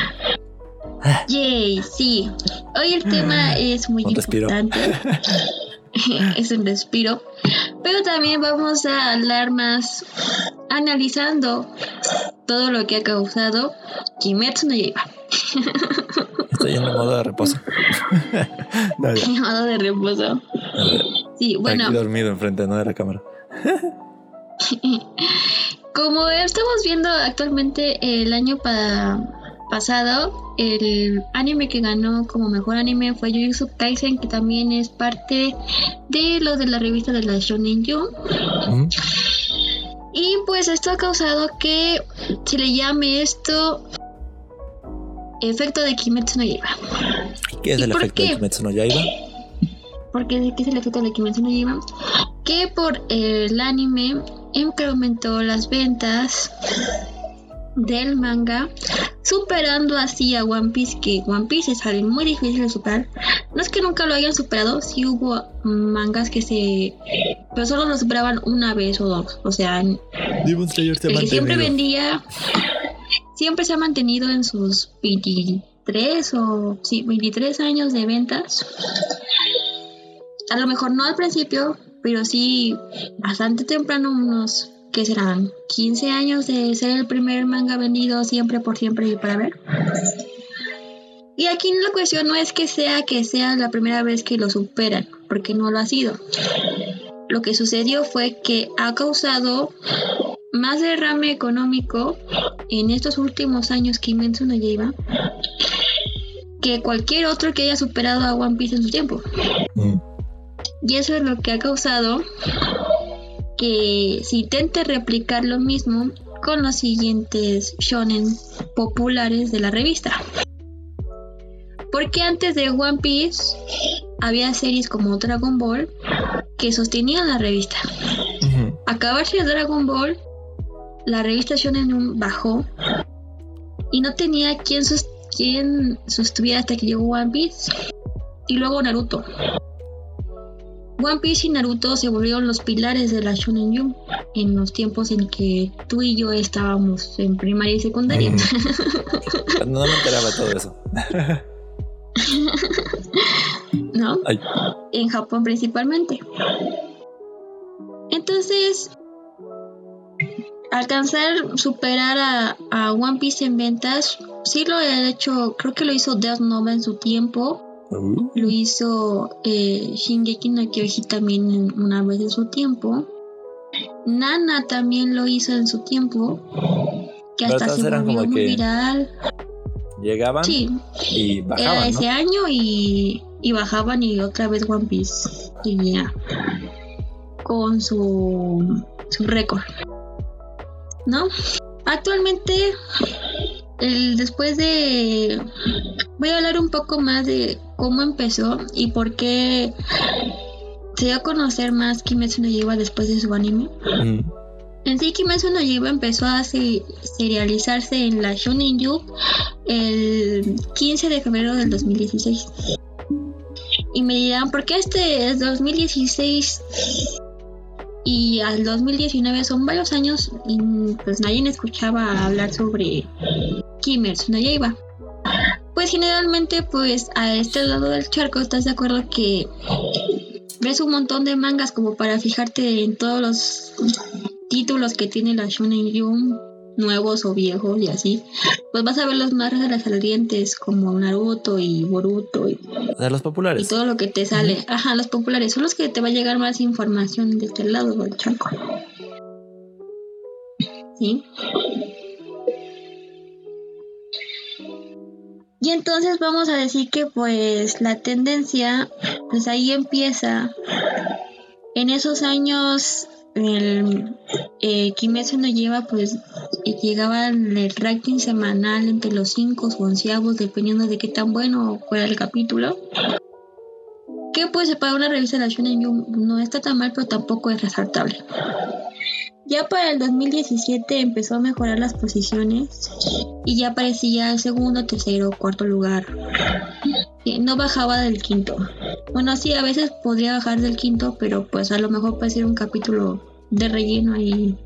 Yay, sí. Hoy el tema es muy importante. Es un respiro. Pero también vamos a hablar más analizando todo lo que ha causado Kimetsu no Yaiba. Estoy en modo de reposo. En modo de reposo. Sí, bueno. Aquí dormido enfrente, no de la cámara. Como estamos viendo actualmente, el año pasado, el anime que ganó como mejor anime fue Jujutsu Kaisen, que también es parte de los de la revista de la Shonen Jump. Y pues esto ha causado que se le llame esto efecto de Kimetsu no Yaiba. ¿Qué es el efecto de Kimetsu no Yaiba? Porque ¿qué es el efecto de Kimetsu no Yaiba? Que por el anime incrementó las ventas del manga, superando así a One Piece, que One Piece es algo muy difícil de superar. No es que nunca lo hayan superado, sí hubo mangas pero solo lo superaban una vez o dos. O sea, Demon Slayer se ha el que siempre mantenido. vendía, siempre se ha mantenido en sus 23 años de ventas. A lo mejor no al principio, pero sí bastante temprano, unos que serán 15 años de ser el primer manga vendido siempre por siempre y para ver. Y aquí la cuestión no es que sea la primera vez que lo superan, porque no lo ha sido. Lo que sucedió fue que ha causado más derrame económico en estos últimos años Kimetsu no Yaiba que cualquier otro que haya superado a One Piece en su tiempo. Y eso es lo que ha causado que se intente replicar lo mismo con los siguientes shonen populares de la revista. Porque antes de One Piece había series como Dragon Ball que sostenían la revista. Acabarse Dragon Ball, la revista Shonen Jump bajó y no tenía quien sostuviera hasta que llegó One Piece y luego Naruto. One Piece y Naruto se volvieron los pilares de la Shonen Jump en los tiempos en que tú y yo estábamos en primaria y secundaria. No me enteraba todo eso. ¿No? Ay. En Japón principalmente. Entonces, superar a One Piece en ventas, sí lo ha hecho, creo que lo hizo Death Note en su tiempo. Lo hizo Shingeki no Kyojin también una vez en su tiempo. Nana también lo hizo en su tiempo, que hasta se volvió muy viral. Llegaban y bajaban, era ese ¿no? año y bajaban y otra vez One Piece seguía con su récord, ¿no? Actualmente voy a hablar un poco más de cómo empezó y por qué se dio a conocer más Kimetsu no Yaiba después de su anime. En sí, Kimetsu no Yaiba empezó a serializarse en la Shonen Jump el 15 de febrero del 2016. Y me dirán, ¿por qué este es 2016 y al 2019 son varios años y pues nadie escuchaba hablar sobre Kimetsu no Yaiba? Pues generalmente pues a este lado del charco estás de acuerdo que ves un montón de mangas como para fijarte en todos los títulos que tiene la Shonen Jump, nuevos o viejos y así. Pues vas a ver los más resalientes como Naruto y Boruto y los populares. Y todo lo que te sale. Ajá, los populares son los que te va a llegar más información de este lado del charco. ¿Sí? Y entonces vamos a decir que pues la tendencia, pues ahí empieza. En esos años Kimetsu no Yaiba pues llegaba en el ranking semanal entre los 5 o 11, dependiendo de qué tan bueno fuera el capítulo. Que pues para una revista de la Shonen Jump no está tan mal, pero tampoco es resaltable. Ya para el 2017 empezó a mejorar las posiciones y ya aparecía el segundo, tercero, cuarto lugar. No bajaba del quinto. Bueno, sí, a veces podría bajar del quinto, pero pues a lo mejor puede ser un capítulo de relleno ahí.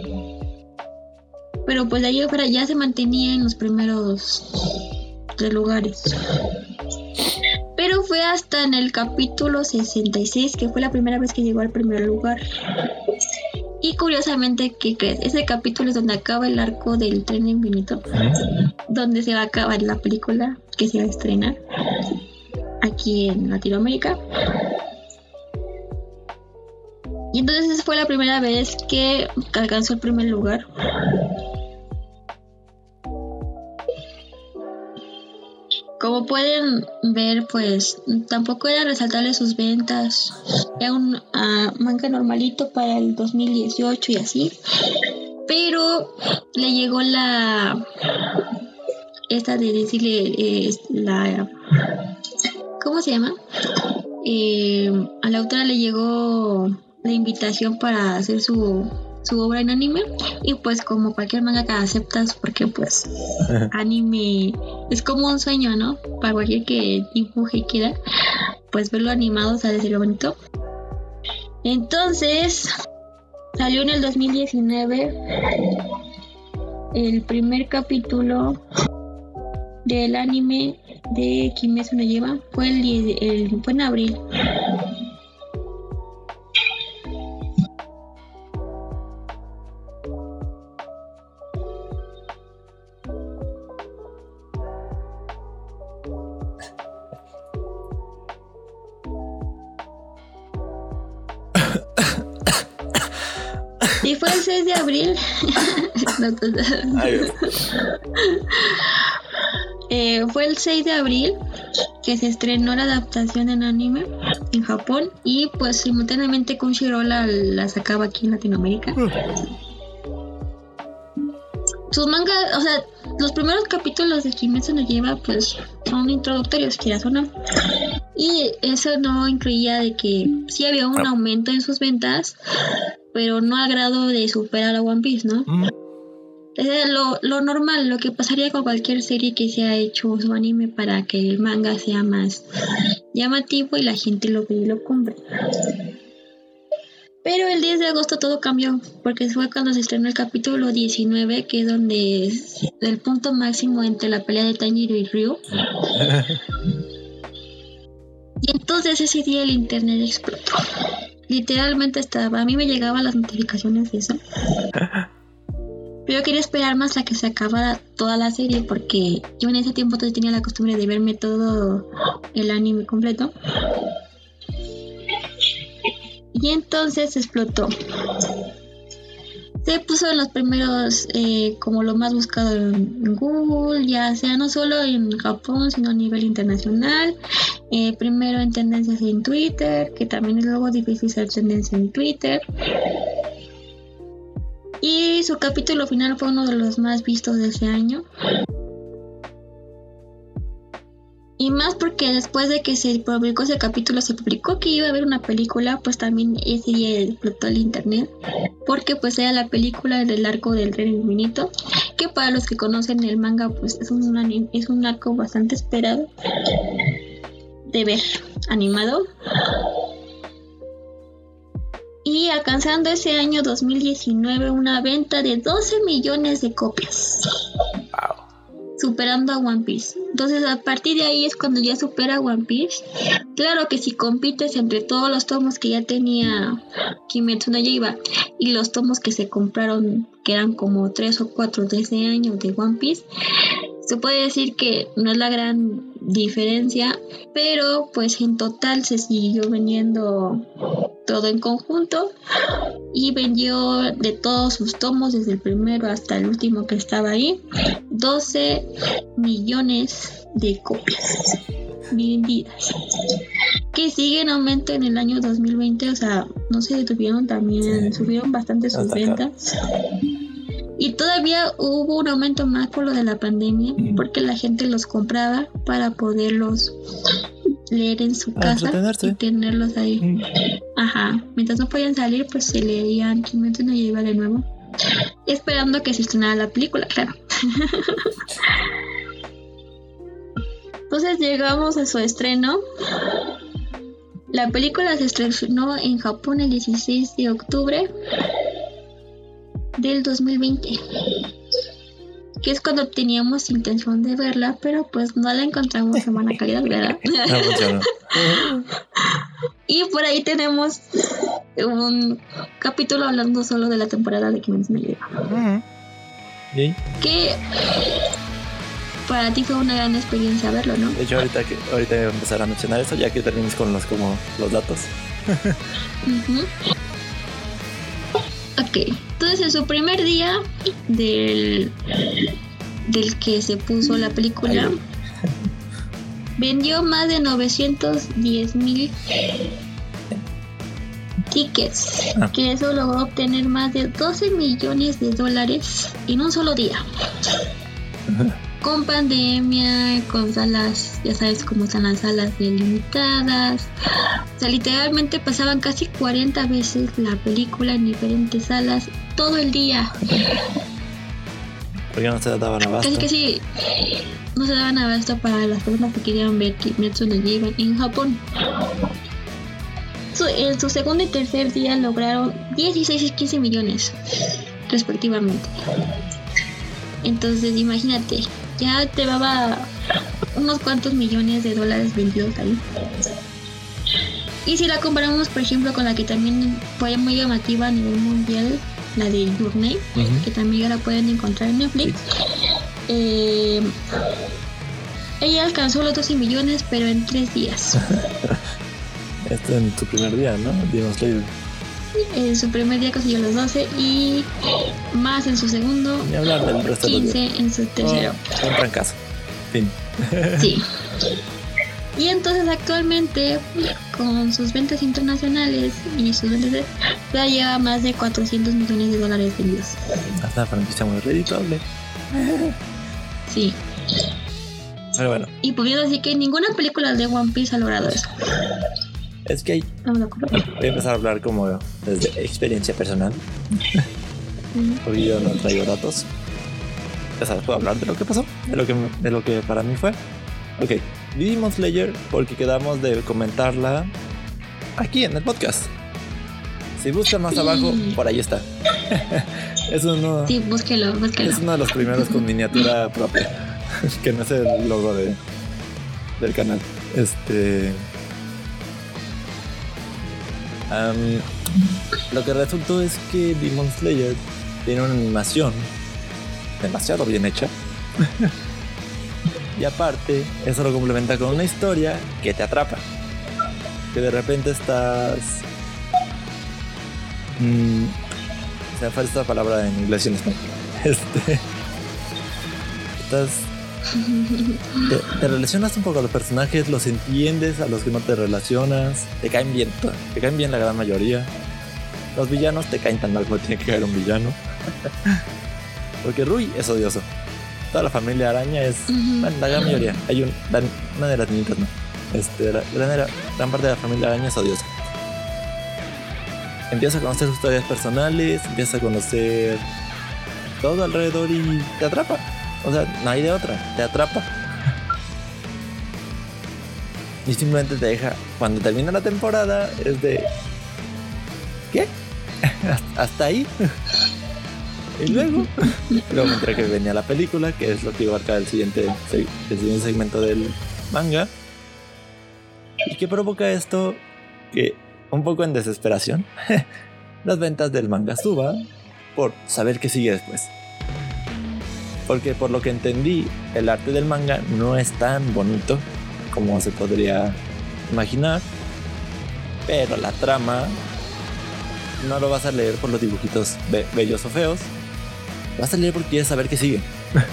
Pero pues de ahí afuera ya se mantenía en los primeros 3 lugares. Pero fue hasta en el capítulo 66 que fue la primera vez que llegó al primer lugar. Y curiosamente, ¿qué crees? Ese capítulo es donde acaba el arco del Tren Infinito, donde se va a acabar la película que se va a estrenar aquí en Latinoamérica. Y entonces fue la primera vez que alcanzó el primer lugar. como pueden ver, pues tampoco era resaltarle sus ventas. Era un manga normalito para el 2018 y así. Pero le llegó esta de decirle ¿cómo se llama? A la autora le llegó la invitación para hacer su obra en anime, y pues como cualquier manga que aceptas, porque pues anime es como un sueño, ¿no? Para cualquier que dibuje y quiera, pues verlo animado sale de lo bonito. Entonces salió en el 2019 el primer capítulo del anime de Kimetsu no Yaiba. Fue en abril. Y fue el 6 de abril. Fue el 6 de abril que se estrenó la adaptación en anime en Japón, y pues simultáneamente Crunchyroll la sacaba aquí en Latinoamérica. Sus mangas, o sea, los primeros capítulos de Kimetsu no Yaiba pues son introductorios, quieras o no. Y eso no incluía de que sí había un aumento en sus ventas, pero no al grado de superar a One Piece, ¿no? Es lo normal, lo que pasaría con cualquier serie que se ha hecho su anime para que el manga sea más llamativo y la gente lo ve y lo compre. Pero el 10 de agosto todo cambió, porque fue cuando se estrenó el capítulo 19, que es donde es el punto máximo entre la pelea de Tanjiro y Ryu. Y entonces ese día el internet explotó. Literalmente a mí me llegaban las notificaciones de eso. Pero yo quería esperar más a que se acabara toda la serie, porque yo en ese tiempo todavía tenía la costumbre de verme todo el anime completo. Y entonces explotó. Se puso en los primeros, como lo más buscado en Google, ya sea no solo en Japón, sino a nivel internacional. Primero en tendencias en Twitter, que también es luego difícil ser tendencia en Twitter. Y su capítulo final fue uno de los más vistos de ese año. Y más porque después de que se publicó ese capítulo, se publicó que iba a haber una película, pues también ese día explotó el internet, porque pues era la película del arco del Tren Infinito, que para los que conocen el manga pues es un arco bastante esperado de ver animado, y alcanzando ese año 2019 una venta de 12 millones de copias. Superando a One Piece. Entonces a partir de ahí es cuando ya supera a One Piece. Claro que si compites entre todos los tomos que ya tenía Kimetsu no Yaiba y los tomos que se compraron, que eran como 3 o 4 de ese año de One Piece, se puede decir que no es la gran diferencia, pero pues en total se siguió vendiendo todo en conjunto, y vendió de todos sus tomos, desde el primero hasta el último que estaba ahí, 12 millones de copias vendidas, que sigue en aumento en el año 2020. O sea, no se detuvieron, también subieron bastante sus ventas. Y todavía hubo un aumento más por lo de la pandemia, porque la gente los compraba para poderlos leer en su casa y tenerlos ahí. Ajá, mientras no podían salir, pues se leían Kimetsu no Yaiba de nuevo, esperando que se estrenara la película, claro. Entonces llegamos a su estreno. La película se estrenó en Japón el 16 de octubre del 2020, que es cuando teníamos intención de verla, pero pues no la encontramos en buena calidad, ¿verdad? No. Y por ahí tenemos un capítulo hablando solo de la temporada de Kimetsu no Yaiba. Que para ti fue una gran experiencia verlo, ¿no? De hecho, ahorita voy a empezar a mencionar eso, ya que termines con los datos. Ok, entonces en su primer día del que se puso la película, vendió más de 910,000 tickets, que eso logró obtener más de $12 millones en un solo día. Con pandemia, con salas, ya sabes cómo están las salas delimitadas. O sea, literalmente pasaban casi 40 veces la película en diferentes salas todo el día. Porque no se daban abasto. Casi que sí, no se daban abasto para las personas que querían ver Kimetsu no Yaiba en Japón. En su segundo y tercer día lograron 16 y 15 millones respectivamente. Entonces imagínate, ya te daba unos cuantos millones de dólares vendidos ahí. Y si la comparamos, por ejemplo, con la que también fue muy llamativa a nivel mundial, la de Your Name, que también ya la pueden encontrar en Netflix, ella alcanzó los 12 millones, pero en 3 días. Esto en su primer día, ¿no? Demon Slayer. En su primer día consiguió los 12 y más en su segundo. Ni hablar del resto 15 en su tercero. Un trancazo. Fin. Sí. Y entonces actualmente, con sus ventas internacionales y sus ventas, ya lleva más de 400 millones de dólares vendidos. Hasta la franquicia muy redituable. Sí. Pero bueno. Y podría decir que ninguna película de One Piece ha logrado eso. Es que hay... voy a empezar a hablar como desde experiencia personal. Porque yo no traigo datos. Ya sabes, puedo hablar de lo que pasó, de lo que para mí fue. Ok, Demon Slayer porque quedamos de comentarla aquí en el podcast. Si buscan más abajo, por ahí está. Es uno, sí, búsquelo. Es uno de los primeros con miniatura propia, que no es el logo del canal. Lo que resultó es que Demon Slayer tiene una animación demasiado bien hecha. Y aparte, eso lo complementa con una historia que te atrapa. Que de repente estás... se me fue esta palabra en inglés y en español. Estás... Te relacionas un poco a los personajes, los entiendes, a los que no te relacionas, te caen bien la gran mayoría. Los villanos te caen tan mal como tiene que caer un villano. Porque Rui es odioso. Toda la familia araña es... Bueno, la gran mayoría. Hay una de las niñitas, ¿no? Gran parte de la familia araña es odiosa. Empiezas a conocer sus historias personales, empiezas a conocer todo alrededor y te atrapa. O sea, no hay de otra, te atrapa. Y simplemente te deja... Cuando termina la temporada es de... ¿Qué? ¿Hasta ahí? Y luego me enteré que venía la película, que es lo que iba a abarcar el siguiente segmento del manga. ¿Y qué provoca esto? Que un poco en desesperación las ventas del manga suban por saber qué sigue después. Porque por lo que entendí, el arte del manga no es tan bonito como se podría imaginar, pero la trama no lo vas a leer por los dibujitos bellos o feos. Vas a leer porque quieres saber qué sigue.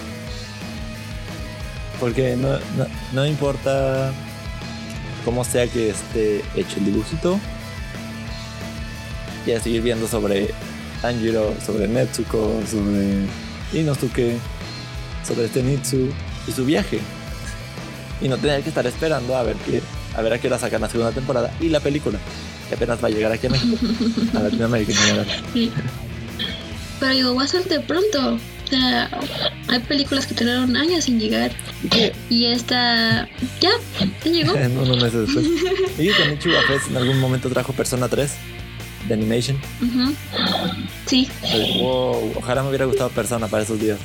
Porque no importa cómo sea que esté hecho el dibujito, quieres seguir viendo sobre Tanjiro, sobre Netsuko, sobre Inosuke, sobre Zenitsu y su viaje. Y no tener que estar esperando a ver a qué hora sacan la segunda temporada y la película, que apenas va a llegar aquí a México, a Latinoamérica en general. Sí. Pero digo, va a ser de pronto. O sea, hay películas que tardaron años sin llegar. Y esta ya llegó. En unos meses después. Y Konichiwa Fest en algún momento trajo Persona 3 de Animation. Sí. Wow, ojalá me hubiera gustado Persona para esos días.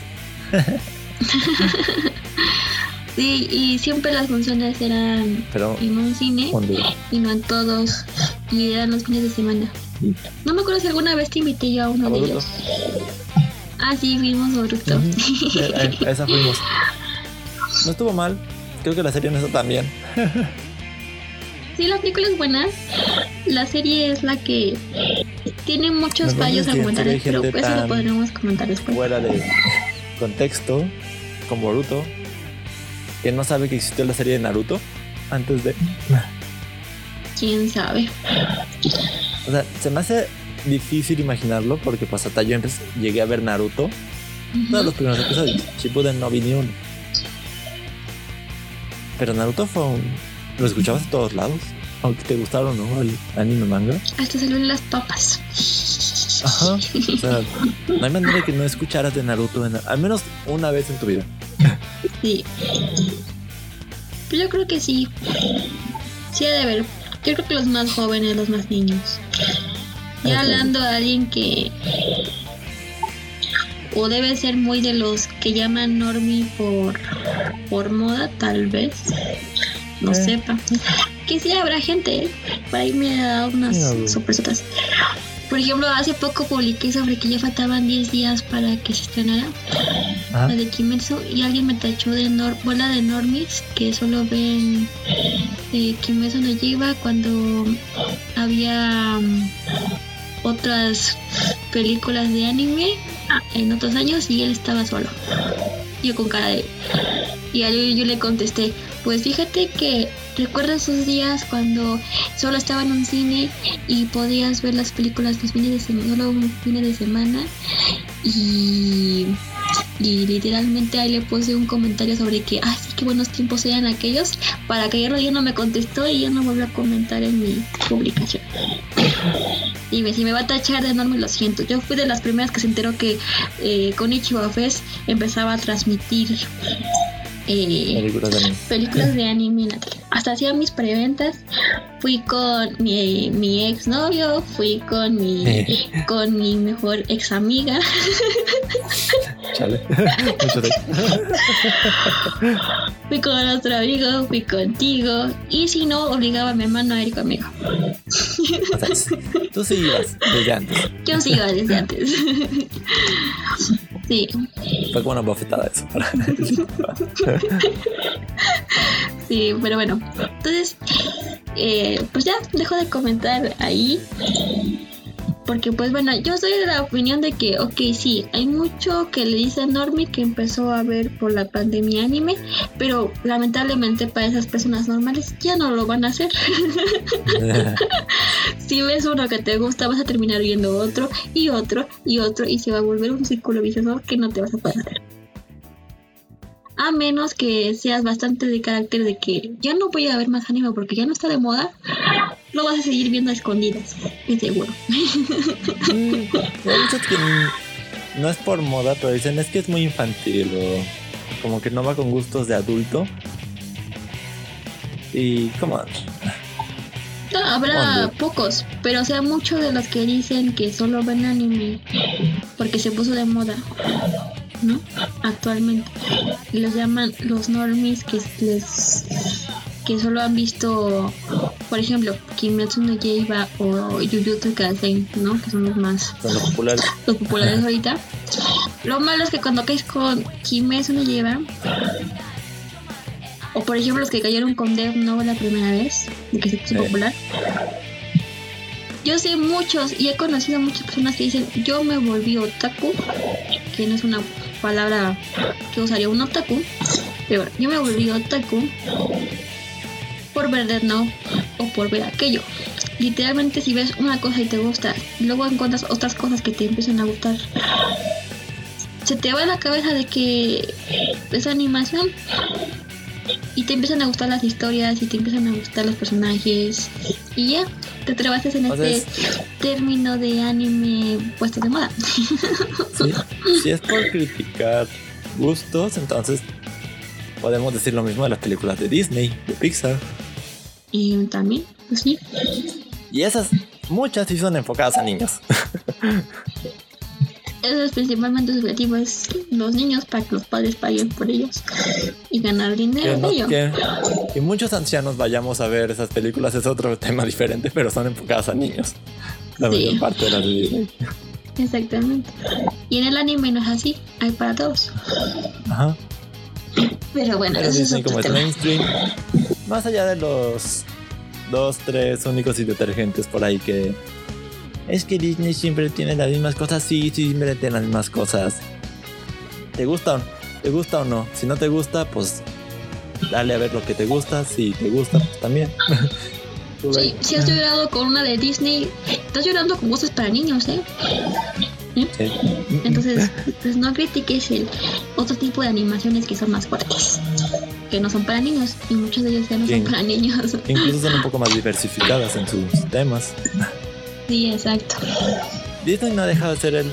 Sí, y siempre las funciones eran en un cine y no en todos. Y eran los fines de semana. ¿Sí? No me acuerdo si alguna vez te invité yo a uno de ellos. Ah, sí, fuimos Boruto. A esa fuimos. No estuvo mal. Creo que la serie no está tan bien. Sí, la película es buena. La serie es la que tiene muchos fallos argumentales, pero eso lo podremos comentar después. Fuera de contexto, con Boruto, que no sabe que existió la serie de Naruto. antes de... ¿Quién sabe? O sea, se me hace difícil imaginarlo porque pues hasta yo llegué a ver Naruto. Todos los primeros episodios. Shippuden no vi ni uno. Pero Naruto lo escuchabas de todos lados. Aunque te gustaron, ¿no? El anime manga. Hasta salió en las papas. Ajá. O sea, no hay manera que no escucharas de Naruto al menos una vez en tu vida. Sí. Pero yo creo que sí. Sí ha de haber. Yo creo que los más jóvenes, los más niños. Ya hablando de alguien que... O debe ser muy de los que llaman normie por moda, tal vez. No sepa. Que sí habrá gente, Por ahí me ha dado unas sorpresotas. Por ejemplo, hace poco publiqué sobre que ya faltaban 10 días para que se estrenara la de Kimetsu y alguien me tachó de bola de normies que solo ven Kimetsu no Yaiba cuando había otras películas de anime en otros años y él estaba solo. Yo con cara de... Y yo le contesté, pues fíjate que recuerdo esos días cuando solo estaba en un cine y podías ver las películas los fines de semana, solo un fin de semana y literalmente ahí le puse un comentario sobre que sí, qué buenos tiempos eran aquellos, para que ya no me contestó y ya no volvió a comentar en mi publicación. Dime, si me va a tachar de enorme, lo siento. Yo fui de las primeras que se enteró que Konichiwa Fest empezaba a transmitir películas de anime. Hasta hacía mis preventas. Fui con mi ex novio, fui con mi mejor ex amiga. Chale. Fui con otro amigo, fui contigo. Y si no, obligaba a mi hermano a ir conmigo. O sea, tú sí ibas desde antes. Yo sí iba desde antes. Sí. Fue como una bofetada eso. Sí, pero bueno. Entonces, pues ya dejo de comentar ahí. Porque pues bueno, yo soy de la opinión de que, sí, hay mucho que le dice a Normie que empezó a ver por la pandemia anime, pero lamentablemente para esas personas normales ya no lo van a hacer. Si ves uno que te gusta, vas a terminar viendo otro y otro y otro y se va a volver un círculo vicioso que no te vas a poder hacer. A menos que seas bastante de carácter de que ya no voy a ver más anime porque ya no está de moda, lo vas a seguir viendo a escondidas, es seguro. Hay muchos que no es por moda, pero dicen es que es muy infantil o como que no va con gustos de adulto. Y como... No, habrá pocos, pero o sea, muchos de los que dicen que solo ven anime porque se puso de moda, ¿no? Actualmente. Y los llaman los normies que solo han visto, por ejemplo, Kimetsu no Yaiba o Jujutsu Kaisen, ¿no? Que son los populares ahorita. Lo malo es que cuando caes con Kimetsu no Yaiba, o por ejemplo los que cayeron con Death Note la primera vez, de que se puso popular. Yo sé muchos y he conocido muchas personas que dicen, yo me volví otaku, que no es una palabra que usaría un otaku, pero bueno, yo me volví otaku por ver Death Note o por ver aquello. Literalmente, si ves una cosa y te gusta y luego encuentras otras cosas que te empiezan a gustar, se te va en la cabeza de que es animación y te empiezan a gustar las historias y te empiezan a gustar los personajes y ya te trabajas en término de anime puesto de moda. Sí, si es por criticar gustos, entonces podemos decir lo mismo de las películas de Disney, de Pixar. Y también, pues sí. Y esas, muchas sí son enfocadas a niños. Eso es principalmente su objetivo, es los niños, para que los padres paguen por ellos y ganar dinero de ello. Que muchos ancianos vayamos a ver esas películas es otro tema diferente, pero son enfocadas a niños. La mayor parte de las de Disney. Exactamente. Y en el anime no es así, hay para todos. Ajá. Pero bueno, pero eso Disney es otro como tema. es mainstream, más allá de los 2-3 únicos y detergentes por ahí que... Es que Disney siempre tiene las mismas cosas. Sí, siempre tiene las mismas cosas. ¿Te gusta o no? Si no te gusta, pues dale a ver lo que te gusta, si te gusta, pues también. Sí, si has llorado con una de Disney, estás llorando con cosas para niños, ¿eh? Sí. Entonces, pues no critiques el otro tipo de animaciones que son más fuertes, que no son para niños, y muchos de ellos ya no son para niños. Incluso son un poco más diversificadas en sus temas. Sí, exacto. Disney no ha dejado de ser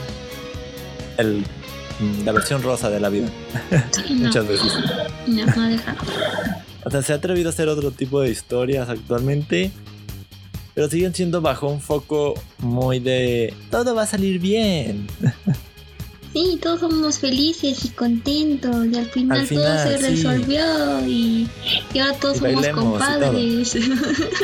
la versión rosa de la vida. Sí, no. Muchas veces. No ha dejado. O sea, se ha atrevido a hacer otro tipo de historias actualmente, pero siguen siendo bajo un foco muy de todo va a salir bien. Sí, todos somos felices y contentos, y al final todo se resolvió, y ahora todos somos compadres. Y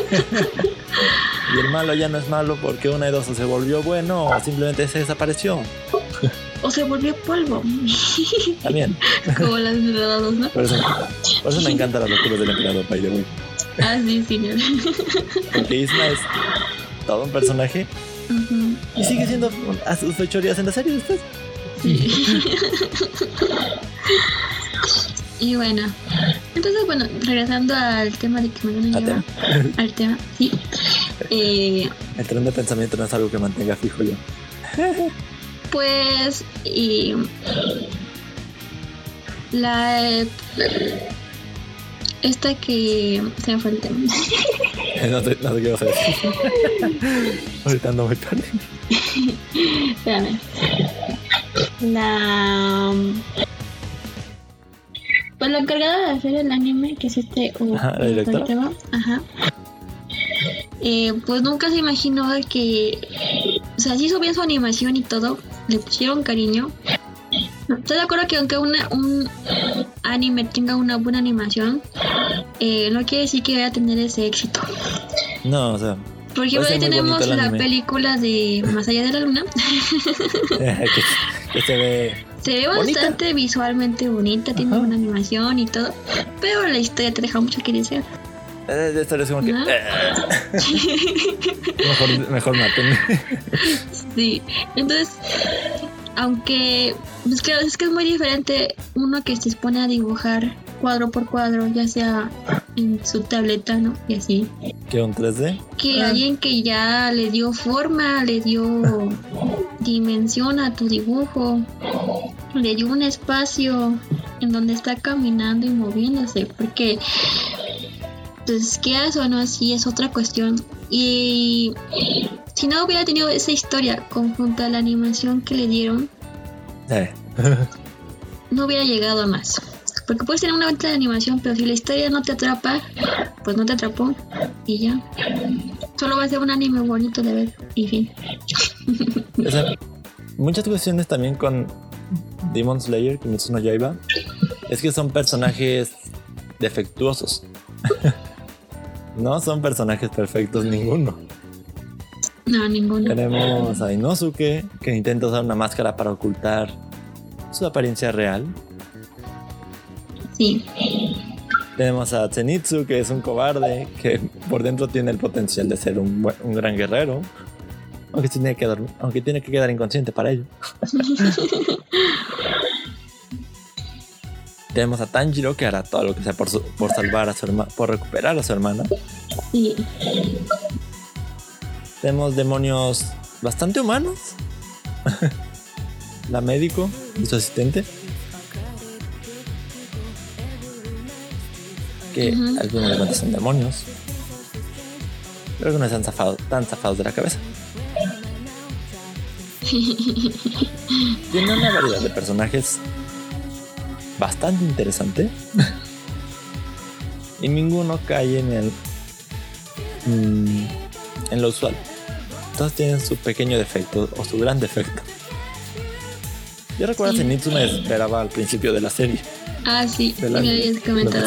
el malo ya no es malo porque una de dos o se volvió bueno o simplemente se desapareció. O se volvió polvo. También. Como las enredados, ¿no? Por eso me encantan las locuras del emperador, by the way. Ah, sí, señor. Porque Isma es todo un personaje. Uh-huh. Y sigue siendo a sus fechorías en la serie después. Sí. Y bueno, entonces regresando al tema de que me van a llevar al tema, sí. El tren de pensamiento no es algo que mantenga fijo yo. Pues esta que se me fue el tema. No sé qué vas a decir. Ahorita no me tarde. Espérame. Pues la encargada de hacer el anime, que es la directora. Tema, pues nunca se imaginó que, o sea, sí hizo bien su animación y todo, le pusieron cariño. Estoy de acuerdo que aunque un anime tenga una buena animación, no quiere decir que vaya a tener ese éxito. No, o sea, por ejemplo, ahí tenemos la película de Más allá de la luna. que se ve bastante visualmente bonita, tiene buena animación y todo, pero la historia te deja mucho que desear. De historia es como que mejor mátenme. Sí, entonces, aunque pues claro, es que es muy diferente uno que se expone a dibujar cuadro por cuadro, ya sea en su tableta, ¿no? Y así. ¿Que un 3D? Que alguien que ya le dio forma, le dio dimensión a tu dibujo, le dio un espacio en donde está caminando y moviéndose, porque pues que eso no así es otra cuestión. Y si no hubiera tenido esa historia conjunto a la animación que le dieron, no hubiera llegado a más. Porque puedes tener una venta de animación, pero si la historia no te atrapa, pues no te atrapó y ya. Solo va a ser un anime bonito de ver y fin. O sea, muchas cuestiones también con Demon Slayer, Kimetsu no Yaiba, es que son personajes defectuosos. No son personajes perfectos ninguno. No, ninguno. Tenemos a Inosuke, que intenta usar una máscara para ocultar su apariencia real. Sí. Tenemos a Zenitsu, que es un cobarde, que por dentro tiene el potencial de ser un gran guerrero, aunque tiene que quedar inconsciente para ello. Tenemos a Tanjiro, que hará todo lo que sea por salvar a su hermana, por recuperar a su hermana. Sí. Tenemos demonios bastante humanos. La médico y su asistente, que al final de cuentas son demonios, pero que no están tan zafados de la cabeza. Tiene una variedad de personajes bastante interesante y ninguno cae en lo usual. Todos tienen su pequeño defecto o su gran defecto. Yo recuerdo a Zenitsu me esperaba al principio de la serie. Ah, sí, me habías comentado.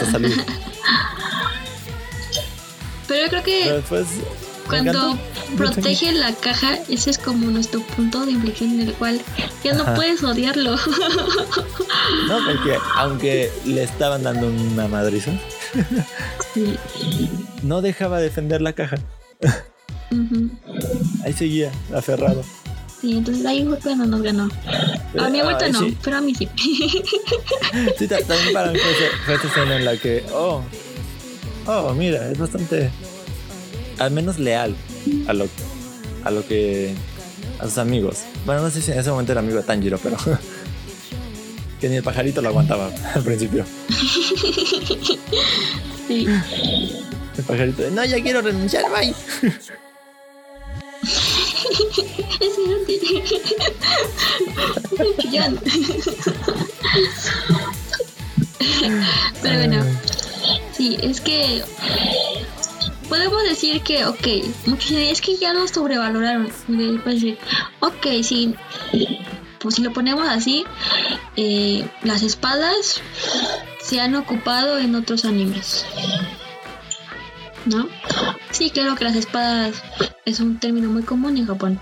Pero yo creo que después, cuando protege la caja, ese es como nuestro punto de inflexión en el cual ya no puedes odiarlo. No, porque aunque le estaban dando una madriza, sí, no dejaba de defender la caja. Ahí seguía, aferrado. Sí, entonces ahí fue cuando nos ganó. A mi vuelta no, sí. pero a mí sí. Sí, también para mí fue esta escena en la que, mira, es bastante, al menos leal a lo que, a sus amigos. Bueno, no sé si en ese momento era amigo de Tanjiro, pero que ni el pajarito lo aguantaba al principio. Sí. El pajarito, no, ya quiero renunciar, bye. Es inútil. Estoy chillando. Pero bueno, sí, es que podemos decir que, muchos dicen, es que ya lo sobrevaloraron. Y puedes decir, sí, pues si lo ponemos así, las espadas se han ocupado en otros animes, ¿no? Sí, claro que las espadas es un término muy común en Japón.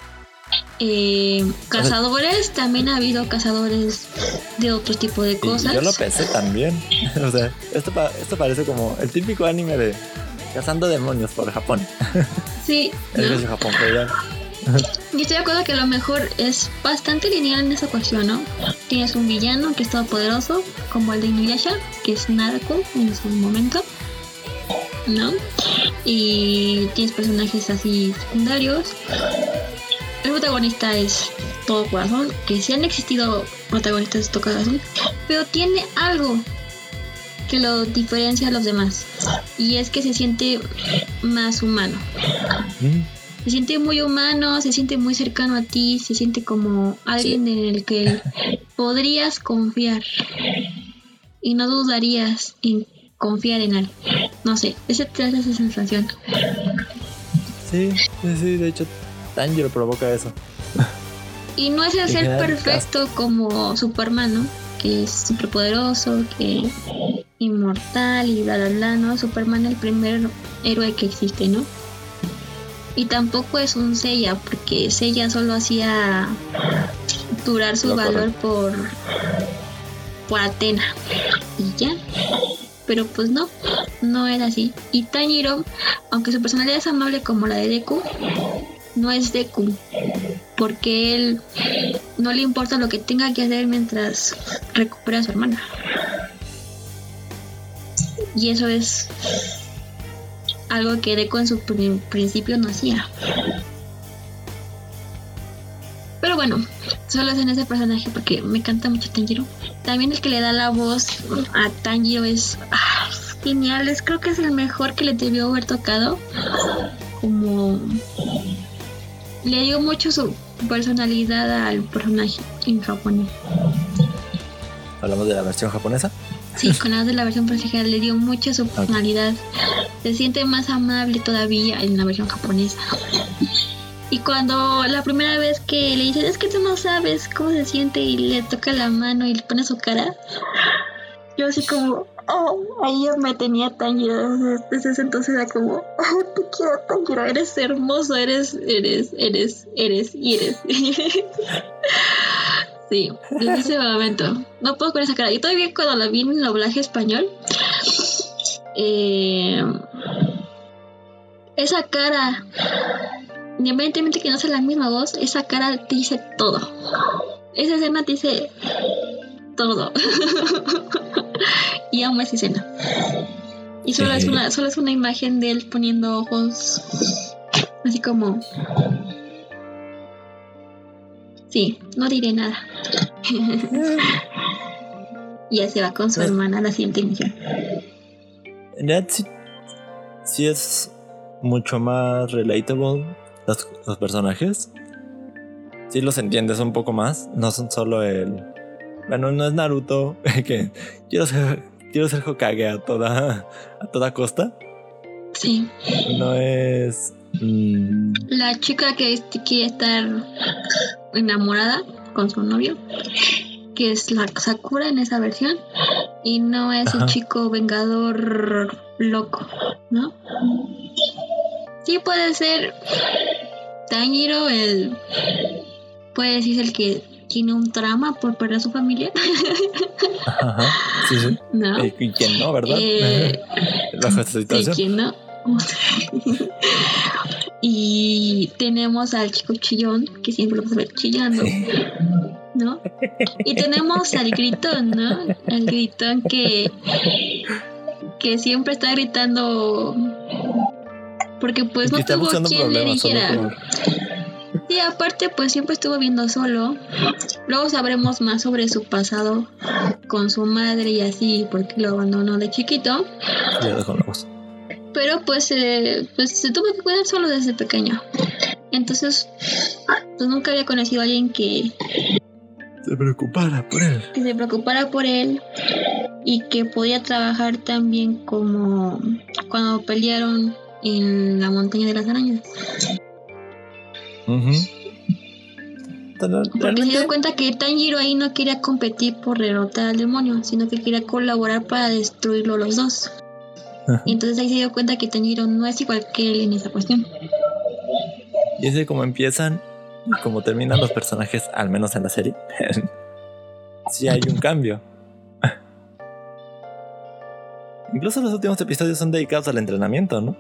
Cazadores, también ha habido cazadores de otro tipo de cosas. Y yo lo pensé también. O sea, esto parece como el típico anime de cazando demonios por Japón. Sí, ¿no? Es de Japón, pero ya. Y estoy de acuerdo que a lo mejor es bastante lineal en esa ocasión, ¿no? Tienes un villano que es todopoderoso, como el de Inuyasha, que es Nadako en su momento, ¿no? Y tienes personajes así secundarios. El protagonista es todo corazón, que sí han existido protagonistas de todo corazón, pero tiene algo que lo diferencia a los demás, y es que se siente más humano. Se siente muy humano, se siente muy cercano a ti, se siente como alguien en el que podrías confiar y no dudarías en confiar en él. No sé, esa sensación. Sí, de hecho Tanjiro provoca eso. Y no es el ser perfecto como Superman, ¿no? Que es superpoderoso, que inmortal y bla bla bla, ¿no? Superman es el primer héroe que existe, ¿no? Y tampoco es un Seiya, porque Seiya solo hacía durar su valor por Atena y ya. Pero pues no era así. Y Tanjiro, aunque su personalidad es amable como la de Deku, no es Deku, porque él no le importa lo que tenga que hacer mientras recupera a su hermana. Y eso es algo que Deku en su principio no hacía. Pero bueno, solo es en ese personaje porque me encanta mucho Tanjiro. También el que le da la voz a Tanjiro es genial. Creo que es el mejor que le debió haber tocado. Como le dio mucho su personalidad al personaje en japonés. ¿Hablamos de la versión japonesa? Sí, con la de la versión francesa le dio mucha su personalidad. Se siente más amable todavía en la versión japonesa. Y cuando la primera vez que le dicen, es que tú no sabes cómo se siente, y le toca la mano y le pone su cara, yo así como, ahí yo me tenía Tanjiro. Desde ese entonces era como, te quiero Tanjiro, eres hermoso, eres. Sí, desde ese momento no puedo con esa cara. Y todavía cuando la vi en el doblaje español, esa cara, independientemente que no sea la misma voz, esa cara te dice todo. Esa escena te dice todo. Y amo esa escena. Y solo es una imagen de él poniendo ojos así como, sí, no diré nada. Y ya se va con su hermana a la siguiente misión. En realidad sí es mucho más relatable los personajes. Sí los entiendes un poco más. No son solo bueno, no es Naruto que quiero ser Hokage a toda costa. Sí. No es la chica que quiere estar enamorada con su novio, que es la Sakura en esa versión, y no es el chico vengador loco, ¿no? Sí puede ser Tanjiro, puede decirse el que tiene un trama por perder a su familia. Sí. ¿No? ¿Y quién no, verdad? Bajo esta situación. Sí, ¿quién no? Y tenemos al chico chillón, que siempre lo vas a ver chillando. ¿no? Y tenemos al Gritón, ¿no? Al Gritón que siempre está gritando porque pues no tuvo quien le dijera. Sí, aparte pues siempre estuvo viendo solo. Luego sabremos más sobre su pasado con su madre y así, porque lo abandonó de chiquito. Ya dejó la voz. Pero pues se tuvo que cuidar solo desde pequeño. Entonces pues nunca había conocido a alguien que se preocupara por él. Que se preocupara por él y que podía trabajar tan bien como cuando pelearon en la montaña de las arañas. Porque se dio cuenta que Tanjiro ahí no quería competir por derrotar al demonio, sino que quería colaborar para destruirlo los dos. Y entonces ahí se dio cuenta que Tanjiro no es igual que él en esa cuestión. Y es de cómo empiezan y cómo terminan los personajes, al menos en la serie. Sí hay un cambio. Incluso los últimos episodios son dedicados al entrenamiento, ¿no?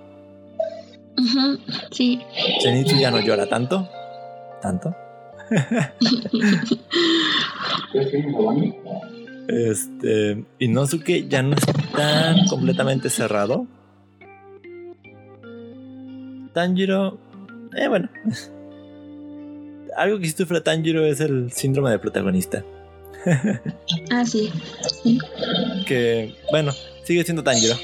Sí. Zenitsu ya no llora tanto. Inosuke ya no está completamente cerrado. Tanjiro, bueno. Algo que sí sufre Tanjiro es el síndrome de protagonista. Sí. Que, bueno, sigue siendo Tanjiro.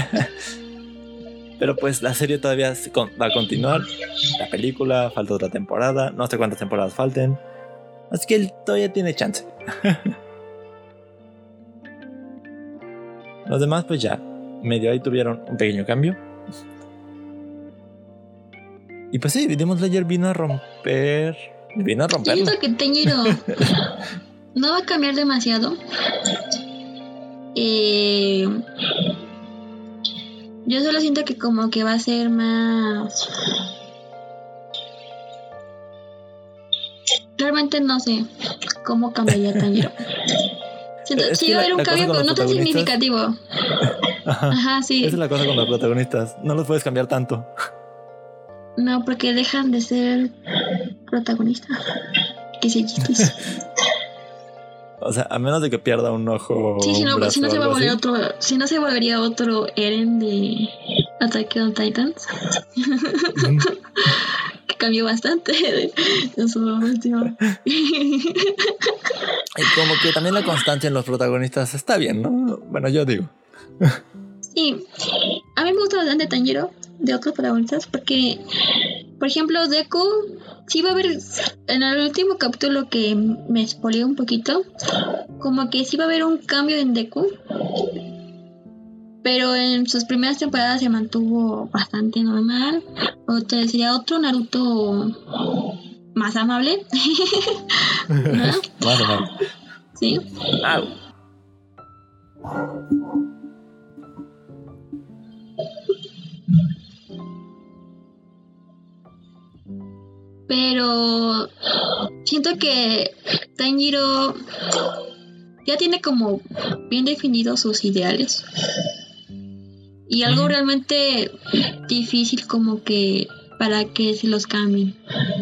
Pero pues la serie todavía va a continuar. La película, falta otra temporada. No sé cuántas temporadas falten. Así que él todavía tiene chance. Los demás pues ya medio ahí tuvieron un pequeño cambio. Y pues sí, Demon Slayer vino a romperlo. Yo siento que Tanjiro no va a cambiar demasiado. Yo solo siento que como que va a ser más... Realmente no sé cómo cambiaría Tanjiro. Sí va a haber un cambio, pero no tan significativo. Ajá, sí. Esa es la cosa con los protagonistas. No los puedes cambiar tanto. No, porque dejan de ser protagonistas. Que se chistes. O sea, a menos de que pierda un ojo. Sí, si no se va a volver otro. Si no se volvería otro Eren de Attack on Titans. Que cambió bastante en su último. Y como que también la constancia en los protagonistas está bien, ¿no? Bueno, yo digo. Sí. A mí me gusta bastante Tanjiro de otros protagonistas porque, por ejemplo, Deku, sí va a haber, en el último capítulo que me spoileé un poquito, como que sí va a haber un cambio en Deku, pero en sus primeras temporadas se mantuvo bastante normal. O te decía otro Naruto más amable. ¿No? Más amable. Sí. Pero siento que Tanjiro ya tiene como bien definidos sus ideales y algo realmente difícil como que para que se los cambien.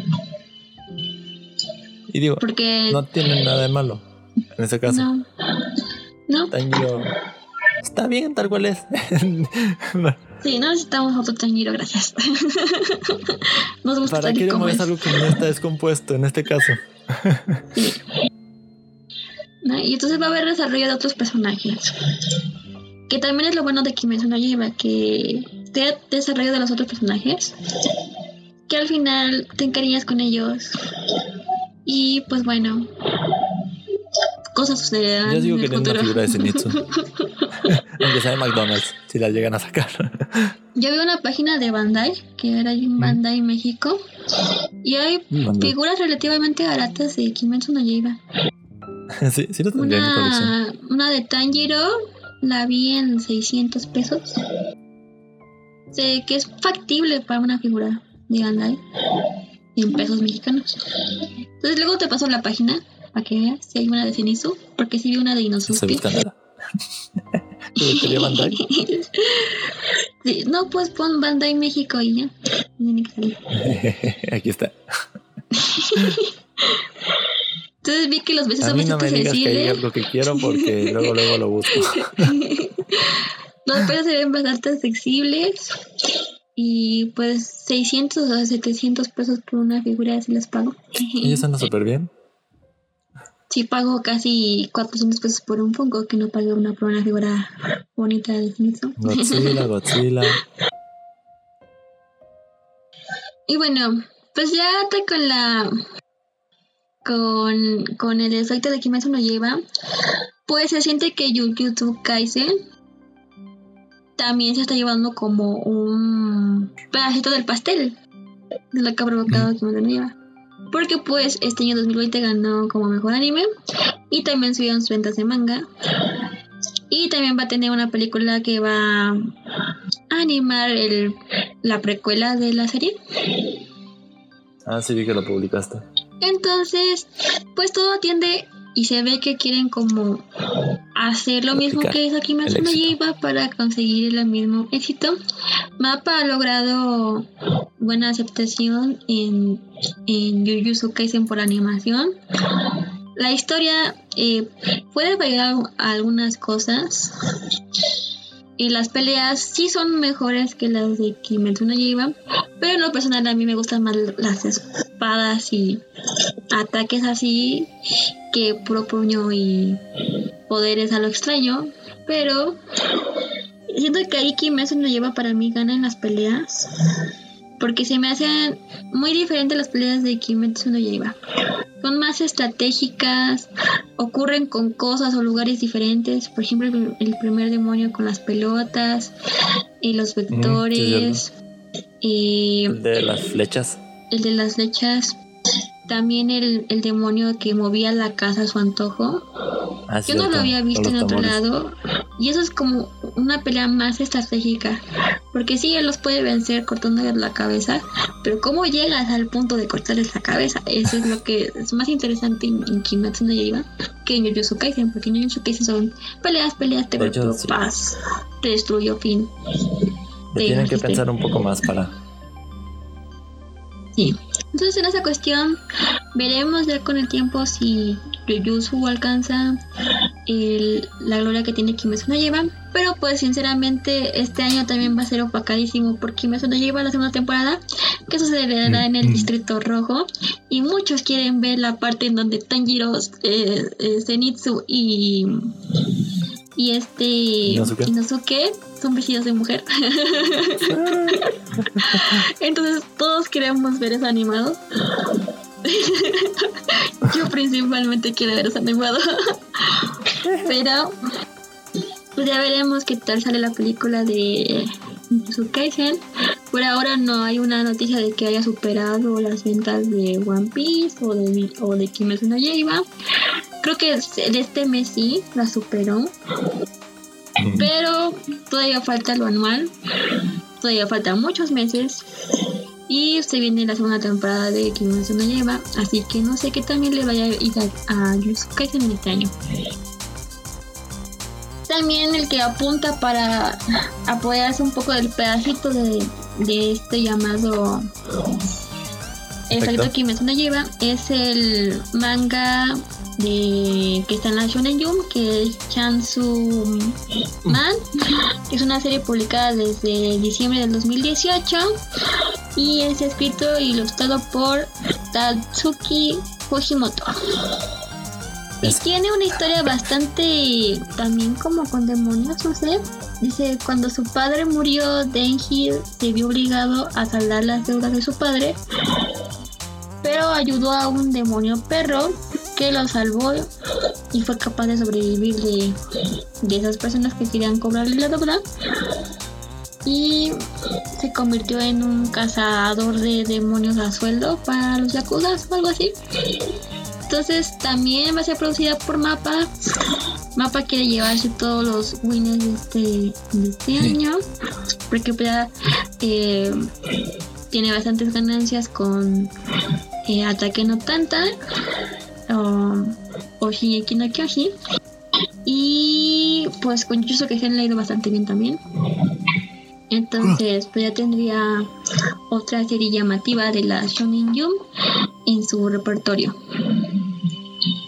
Y digo, porque no tiene nada de malo en ese caso. No. Tanjiro está bien tal cual es. Sí, no necesitamos otro Tanjiro, gracias. Nos gusta. ¿Para qué demonios algo que no está descompuesto en este caso? Sí. ¿No? Y entonces va a haber desarrollo de otros personajes. Que también es lo bueno de Kimetsu no Yaiba, que te desarrollo de los otros personajes. Que al final te encariñas con ellos. Y pues bueno, cosas sucederán. Yo digo que tiene una figura de Zenitsu. Aunque sea de McDonald's, si la llegan a sacar. Yo vi una página de Bandai, que era en Bandai México, y hay figuras relativamente baratas de Kimetsu no Yaiba. Sí lo tendría en mi colección. Una de Tanjiro la vi en 600 pesos. Sé que es factible para una figura de Bandai en pesos mexicanos. Entonces luego te paso la página para que veas si hay una de Zenitsu, porque sí vi una de Inosuke. ¿Te Bandai? Sí, no, pues pon Bandai México y ya. Aquí está. Entonces vi que los besos A son mí no bastante me digas que hay sensibles. algo que quiero porque luego lo busco. Los besos se ven bastante sensibles. Y pues 600 o 700 pesos por una figura si las pago. Y eso anda súper bien. Sí, pago casi 400 pesos por un Funko, que no pagué una por una figura bonita de Zenitsu. Godzilla. Y bueno, pues ya con el efecto de Kimetsu no Yaiba, pues se siente que Jujutsu Kaisen también se está llevando como un pedacito del pastel de lo que ha provocado Kimetsu no Yaiba. Porque pues este año 2020 ganó como mejor anime y también subieron sus ventas de manga. Y también va a tener una película que va a animar la precuela de la serie. Ah, sí, vi que lo publicaste. Entonces, pues todo tiende y se ve que quieren como hacer lo mismo que hizo Kimetsu no Yaiba para conseguir el mismo éxito. Mappa ha logrado buena aceptación en Jujutsu Kaisen por animación. La historia puede fallar algunas cosas. Y las peleas sí son mejores que las de Kimetsu no Yaiba, pero en lo personal a mí me gustan más las espadas y ataques así que puro puño y poderes a lo extraño. Pero siento que ahí Kimetsu no Yaiba para mí gana en las peleas, porque se me hacen muy diferentes las peleas de Kimetsu no Yaiba. Son más estratégicas, ocurren con cosas o lugares diferentes. Por ejemplo, el primer demonio con las pelotas, y los vectores, el de las flechas. El de las flechas. También el demonio que movía la casa a su antojo. Yo no lo había visto en otro lado. Y eso es como una pelea más estratégica. Porque sí, él los puede vencer cortándoles la cabeza. Pero ¿cómo llegas al punto de cortarles la cabeza? Eso es lo que es más interesante en Kimetsu no Yaiba que en Jujutsu Kaisen. Porque en Jujutsu Kaisen son peleas, te golpeo, sí. Paz, te destruyo, fin. Tienen que pensar un poco más para... Sí. Entonces en esa cuestión veremos ya con el tiempo si Jujutsu alcanza la gloria que tiene Kimetsu no Yaiba. Pero pues sinceramente este año también va a ser opacadísimo por Kimetsu no Yaiba la segunda temporada, que sucederá en el Distrito Rojo. Y muchos quieren ver la parte en donde Tanjiro, Zenitsu y Inosuke son vestidos de mujer. Entonces todos queremos ver eso animado. Yo principalmente quiero ver eso animado. Pero pues ya veremos qué tal sale la película de Jujutsu Kaisen. Por ahora no hay una noticia de que haya superado las ventas de One Piece o de Kimetsu no Yaiba. Creo que en este mes sí la superó. Pero todavía falta lo anual. Todavía faltan muchos meses. Y se viene la segunda temporada de Kimetsu no Yaiba. Así que no sé qué también le vaya a ir a Jujutsu Kaisen en este año. También el que apunta para apoyarse un poco del pedacito de este llamado efecto Kimetsu no Yaiba es el manga que está en la Shonen Jump, que es Chainsaw Man, que es una serie publicada desde diciembre del 2018 y es escrito e ilustrado por Tatsuki Fujimoto. Y tiene una historia bastante también como con demonios, no sé. Dice, cuando su padre murió, Denji se vio obligado a saldar las deudas de su padre, pero ayudó a un demonio perro que lo salvó y fue capaz de sobrevivir de esas personas que querían cobrarle la deuda. Y se convirtió en un cazador de demonios a sueldo para los yakuza o algo así. Entonces también va a ser producida por Mappa. Mappa quiere llevarse todos los winners de este año, porque ya tiene bastantes ganancias con Atake no Tanta o Shingeki no Kyojin, y pues con Jujutsu Kaisen le ha ido bastante bien también. Entonces pues ya tendría otra serie llamativa de la Shonen Jump en su repertorio.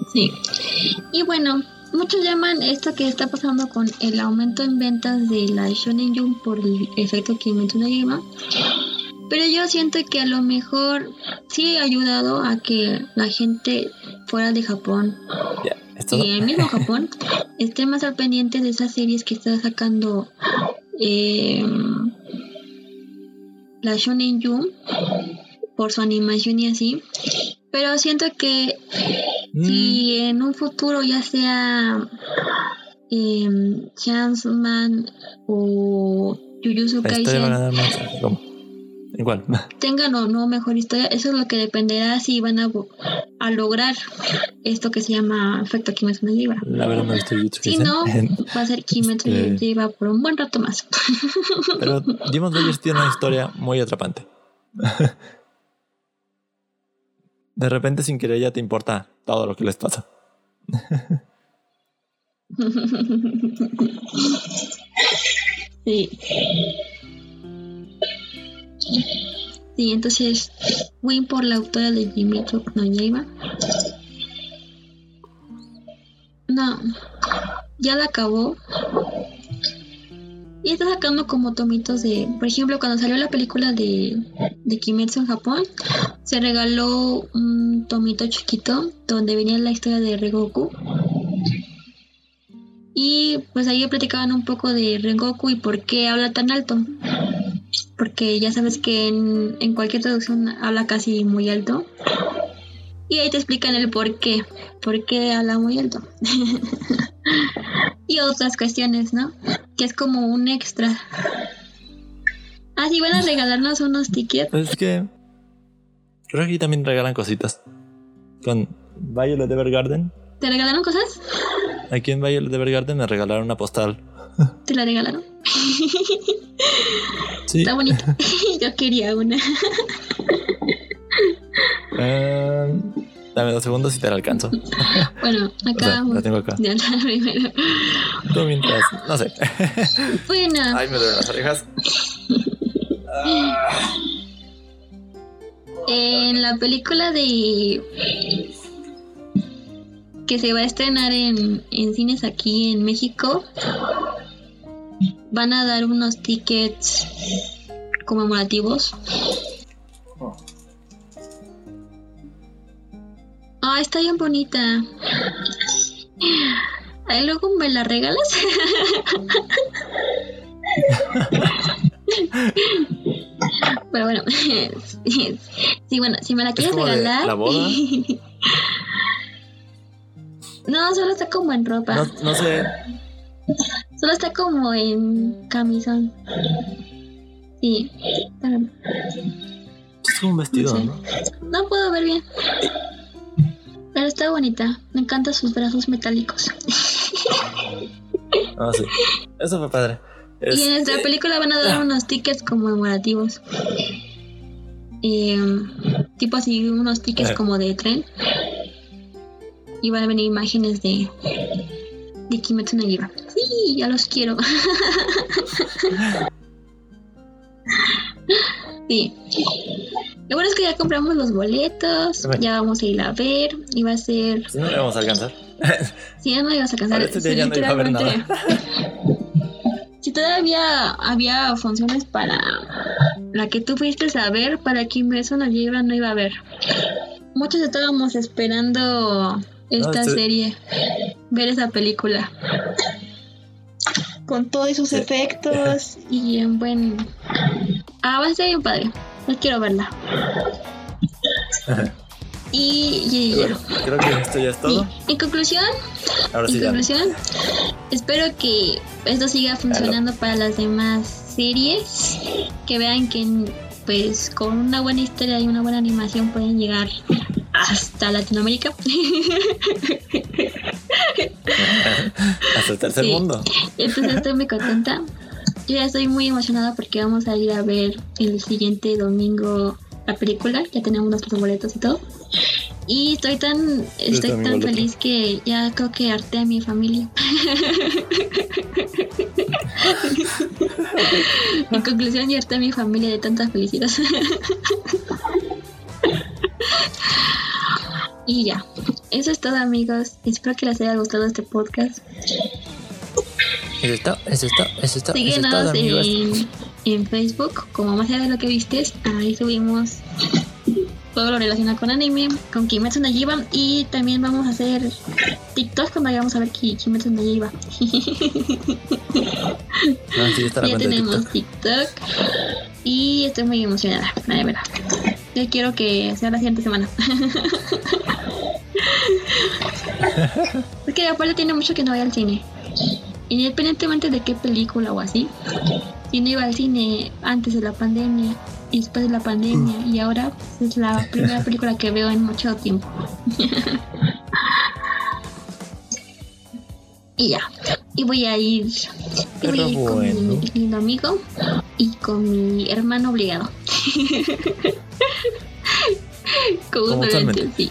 Sí. Y bueno, muchos llaman esto que está pasando con el aumento en ventas de la Shonen Jump por el efecto Kimetsu no Yaiba. Pero yo siento que a lo mejor sí ha ayudado a que la gente fuera de Japón y el mismo Japón esté más al pendiente de esas series que está sacando la Shonen Jump por su animación y así. Pero siento que si en un futuro, ya sea Chainsaw o Jujutsu Kaisen, igual tengan o no mejor historia, eso es lo que dependerá si van a lograr esto que se llama efecto Kimetsu no Yaiba. La verdad no he visto Jujutsu Si Kaisen. no, va a ser Kimetsu no Yaiba por un buen rato más. Pero Demon Slayer tiene una historia muy atrapante. De repente, sin querer, ya te importa todo lo que les pasa. Sí. Sí, entonces win por la autora de Kimetsu no Yaiba. No, ya la acabó. Y está sacando como tomitos de... Por ejemplo, cuando salió la película de Kimetsu en Japón, se regaló un tomito chiquito donde venía la historia de Rengoku. Y pues ahí platicaban un poco de Rengoku y por qué habla tan alto. Porque ya sabes que en cualquier traducción habla casi muy alto. Y ahí te explican el por qué habla muy alto. Y otras cuestiones, ¿no? Que es como un extra. Ah, sí, van a regalarnos unos tickets. Pues es que creo que aquí también regalan cositas. Con Violet Evergarden. ¿Te regalaron cosas? Aquí en Violet Evergarden me regalaron una postal. ¿Te la regalaron? Sí. Está bonito. Yo quería una. Dame 2 segundos y te la alcanzo. Bueno, acá. O sea, la tengo acá. Ya, primero. Tú mientras, no sé. Bueno. Ay, me duelen las orejas. En la película de que se va a estrenar en cines aquí en México, van a dar unos tickets conmemorativos. Ah, está bien bonita. Ahí luego me la regalas. Pero bueno, sí, bueno, si me la quieres regalar. ¿La boda? No, solo está como en ropa. No sé. Solo está como en camisón. Sí. Es como un vestido, no sé. No puedo ver bien. Pero está bonita. Me encantan sus brazos metálicos. Ah, sí. Eso fue padre. Y en nuestra película van a dar unos tickets conmemorativos. Tipo así, unos tickets como de tren. Y van a venir imágenes de Kimetsu no Yaiba. Sí, ya los quiero. Sí. Lo bueno es que ya compramos los boletos. Ya vamos a ir a ver. Y va a ser... Si no le vamos a alcanzar. Si no le vamos a alcanzar. Este día ya no iba a haber nada. Si todavía había funciones para la que tú fuiste a ver, para Kimetsu no Yaiba no iba a haber. Muchos estábamos esperando esta serie, ver esa película con todos esos efectos y en buen... va a ser bien padre. No quiero verla. Y bueno, creo que esto ya es todo. En conclusión, espero que esto siga funcionando para las demás series, que vean que pues con una buena historia y una buena animación pueden llegar hasta Latinoamérica. Hasta el tercer mundo. Entonces estoy muy contenta. Yo ya estoy muy emocionada porque vamos a ir a ver el siguiente domingo la película. Ya tenemos nuestros boletos y todo. Y estoy tan feliz que ya creo que harté a mi familia. En conclusión, ya harté a mi familia de tanta felicidad. Y ya. eso es todo, amigos. Espero que les haya gustado este podcast. Eso es todo, Síguenos amigos. en Facebook, como Más allá de lo que vistes. Ahí subimos todo lo relacionado con anime, con Kimetsu no Yaiba, y también vamos a hacer TikTok cuando vayamos a ver Kimetsu no Yaiba. Ya tenemos TikTok y estoy muy emocionada, de verdad. Yo quiero que sea la siguiente semana. Porque aparte tiene mucho que no vaya al cine. Independientemente de qué película o así. Si no iba al cine antes de la pandemia y después de la pandemia, y ahora es la primera película que veo en mucho tiempo. Y ya. Y voy a ir con mi lindo amigo y con mi hermano obligado. Como sí.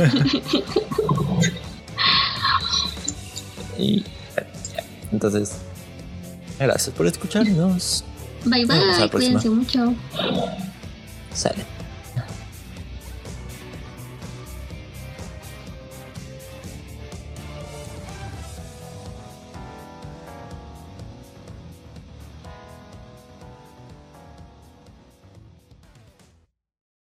Y entonces, gracias por escucharnos. Bye bye, cuídense mucho. Sale.